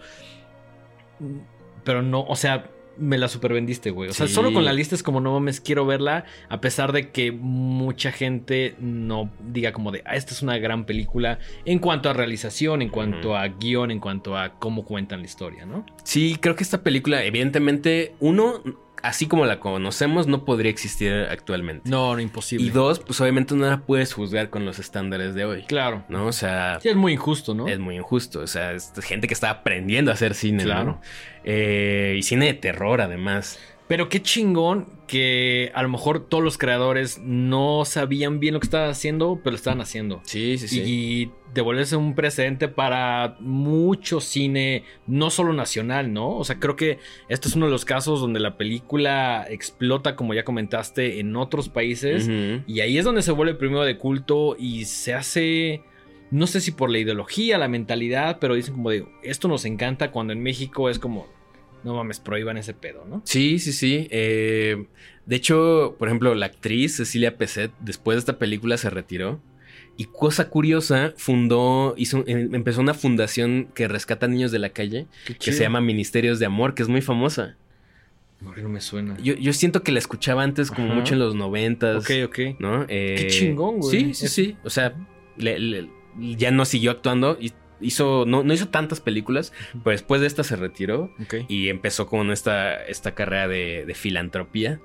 Pero no, o sea, me la super vendiste, güey. O sea, Sí. solo con la lista es como, no mames, quiero verla. A pesar de que mucha gente no diga como de, ah, esta es una gran película. En cuanto a realización, en cuanto Ujú. a guión, en cuanto a cómo cuentan la historia, ¿no? Sí, creo que esta película, evidentemente, uno, así como la conocemos, no podría existir actualmente. No, no, imposible. Y dos, pues obviamente no la puedes juzgar con los estándares de hoy. Claro. ¿No? O sea, Sí, es muy injusto, ¿no? es muy injusto. O sea, es gente que está aprendiendo a hacer cine, Claro. ¿no? Eh, y cine de terror, además. Pero qué chingón que a lo mejor todos los creadores no sabían bien lo que estaban haciendo, pero lo estaban haciendo. Sí, sí, sí. Y devolverse un precedente para mucho cine, no solo nacional, ¿no? O sea, creo que este es uno de los casos donde la película explota, como ya comentaste, en otros países. Ujú. Y ahí es donde se vuelve primero de culto y se hace, no sé si por la ideología, la mentalidad, pero dicen como de, esto nos encanta, cuando en México es como, no mames, prohíban ese pedo, ¿no? Sí, sí, sí. Eh, de hecho, por ejemplo, la actriz Cecilia Peset, después de esta película, se retiró. Y cosa curiosa, fundó, hizo, em- empezó una fundación que rescata niños de la calle, que se llama Ministerios de Amor, que es muy famosa. No, no me suena. Yo, yo siento que la escuchaba antes como Ajá. mucho en los noventas. Ok, ok. ¿No? Eh, Qué chingón, güey. Sí, sí, Es- sí. O sea, le- le- ya no siguió actuando y hizo, no, no hizo tantas películas, pero después de esta se retiró Ok. y empezó con esta, esta carrera de, de filantropía.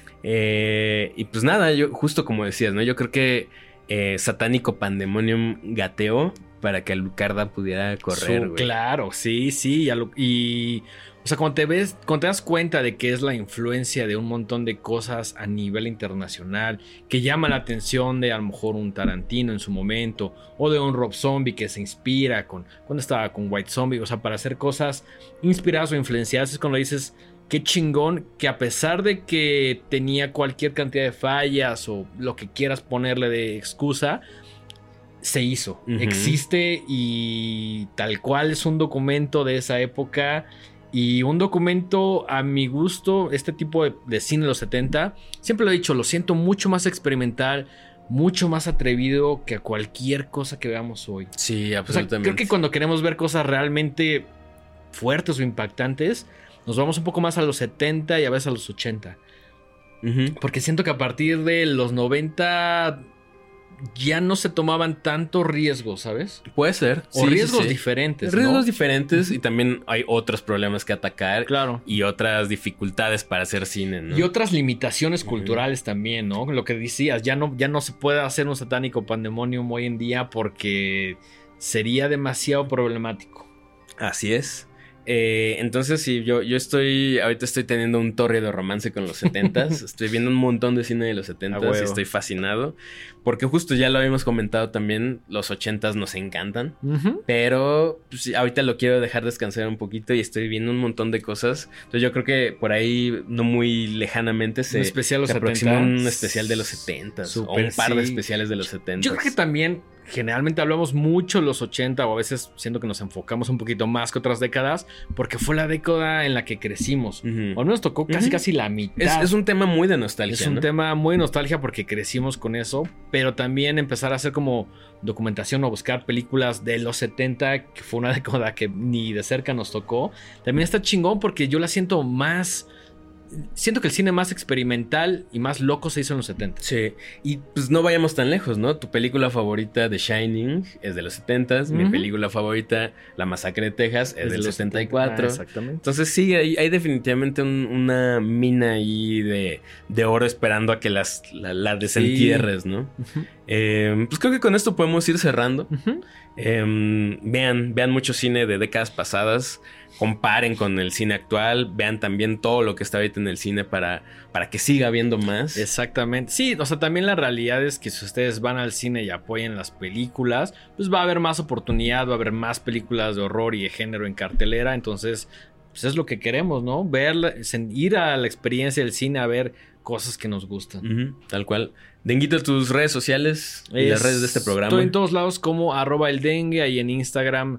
Eh, y pues nada, yo justo como decías, ¿no? Yo creo que eh, Satánico Pandemonium gateó para que Alucarda pudiera correr, Su- güey. claro, sí, sí. Y, a lo- y, o sea, cuando te ves, cuando te das cuenta de que es la influencia de un montón de cosas a nivel internacional, que llama la atención de a lo mejor un Tarantino en su momento, o de un Rob Zombie que se inspira con, cuando estaba con White Zombie, o sea, para hacer cosas inspiradas o influenciadas, es cuando dices, qué chingón que a pesar de que tenía cualquier cantidad de fallas o lo que quieras ponerle de excusa, se hizo, Ujú. existe y tal cual es un documento de esa época y un documento a mi gusto, este tipo de, de cine de los setenta, siempre lo he dicho, lo siento mucho más experimental, mucho más atrevido que a cualquier cosa que veamos hoy. Sí, O sea, absolutamente. creo que cuando queremos ver cosas realmente fuertes o impactantes, nos vamos un poco más a los setenta y a veces a los ochenta. Ujú. Porque siento que a partir de los noventa ya no se tomaban tantos riesgos, ¿sabes? Puede ser. O Sí, sí, riesgos sí. diferentes, ¿no? Riesgos diferentes y también hay otros problemas que atacar Claro. y otras dificultades para hacer cine, ¿no? Y otras limitaciones Ujú. culturales también, ¿no? Lo que decías, ya no, ya no se puede hacer un satánico pandemonium hoy en día porque sería demasiado problemático. Así es. Eh, entonces sí, yo, yo estoy, ahorita estoy teniendo un tórrido romance con los setentas, estoy viendo un montón de cine de los A setentas huevo. y estoy fascinado, porque justo ya lo habíamos comentado también, los ochentas nos encantan, Ujú. pero pues, sí, ahorita lo quiero dejar descansar un poquito y estoy viendo un montón de cosas, entonces yo creo que por ahí no muy lejanamente se, Un especial de los se aproxima setenta. un especial de los setentas o Súper, un par de sí. especiales de los setentas. Yo creo que también generalmente hablamos mucho de los ochenta o a veces siento que nos enfocamos un poquito más que otras décadas porque fue la década en la que crecimos. Uh-huh. O al menos tocó casi uh-huh. casi la mitad. Es, es un tema muy de nostalgia. Es un ¿no? tema muy de nostalgia porque crecimos con eso, pero también empezar a hacer como documentación o buscar películas de los setenta, que fue una década que ni de cerca nos tocó. También está chingón porque yo la siento más... Siento que el cine más experimental y más loco se hizo en los setenta. Sí, y pues no vayamos tan lejos, ¿no? Tu película favorita, The Shining, es de los setenta. Uh-huh. Mi película favorita, La Masacre de Texas, es, es del setenta y cuatro. Ah, exactamente. Entonces sí, hay, hay definitivamente un, una mina ahí de, de oro esperando a que las, la, la desentierres, sí. ¿no? Uh-huh. Eh, pues creo que con esto podemos ir cerrando. Uh-huh. Eh, vean, vean mucho cine de décadas pasadas. Comparen con el cine actual, vean también todo lo que está ahorita en el cine para, para que siga habiendo más. Exactamente. Sí, o sea, también la realidad es que si ustedes van al cine y apoyan las películas, pues va a haber más oportunidad, va a haber más películas de horror y de género en cartelera. Entonces, pues es lo que queremos, ¿no? Ver, ir a la experiencia del cine a ver cosas que nos gustan. Uh-huh, tal cual. Denguito, tus redes sociales y es, las redes de este programa. Estoy en todos lados como arroba el dengue, ahí en Instagram,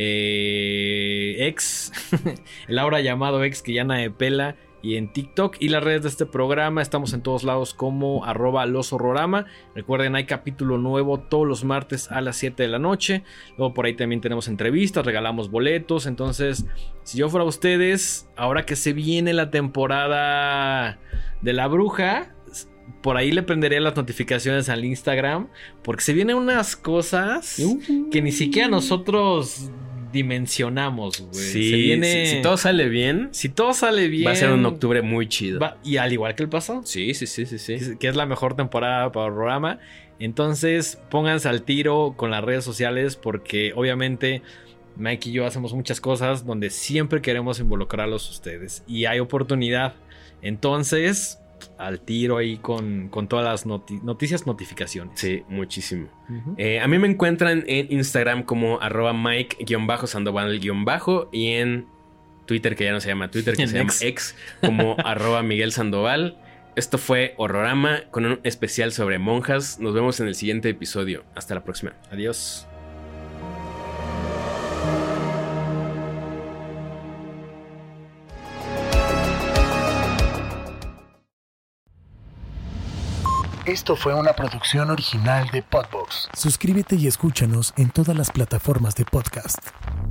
eh, ex, el ahora llamado ex que ya nadie pela, y en TikTok. Y las redes de este programa estamos en todos lados como arroba los horrorama. Recuerden, hay capítulo nuevo todos los martes a las siete de la noche. Luego por ahí también tenemos entrevistas, regalamos boletos. Entonces, si yo fuera ustedes, ahora que se viene la temporada de La Bruja, por ahí le prenderé las notificaciones al Instagram, porque se vienen unas cosas uh-huh. que ni siquiera nosotros dimensionamos, güey. Sí, se viene... si, si todo sale bien, si todo sale bien, va a ser un octubre muy chido. Va... Y al igual que el pasado. Sí, sí, sí, sí, sí. Que es la mejor temporada para el programa. Entonces, pónganse al tiro con las redes sociales, porque obviamente Mike y yo hacemos muchas cosas donde siempre queremos involucrarlos a ustedes. Y hay oportunidad. Entonces, al tiro ahí con, con todas las noti- noticias, notificaciones. Sí, muchísimo. Uh-huh. Eh, a mí me encuentran en Instagram como arroba Mike-Sandoval- y en Twitter, que ya no se llama Twitter, que se llama X, como arroba Miguel Sandoval. Esto fue Horrorama con un especial sobre monjas. Nos vemos en el siguiente episodio. Hasta la próxima. Adiós. Esto fue una producción original de Podbox. Suscríbete y escúchanos en todas las plataformas de podcast.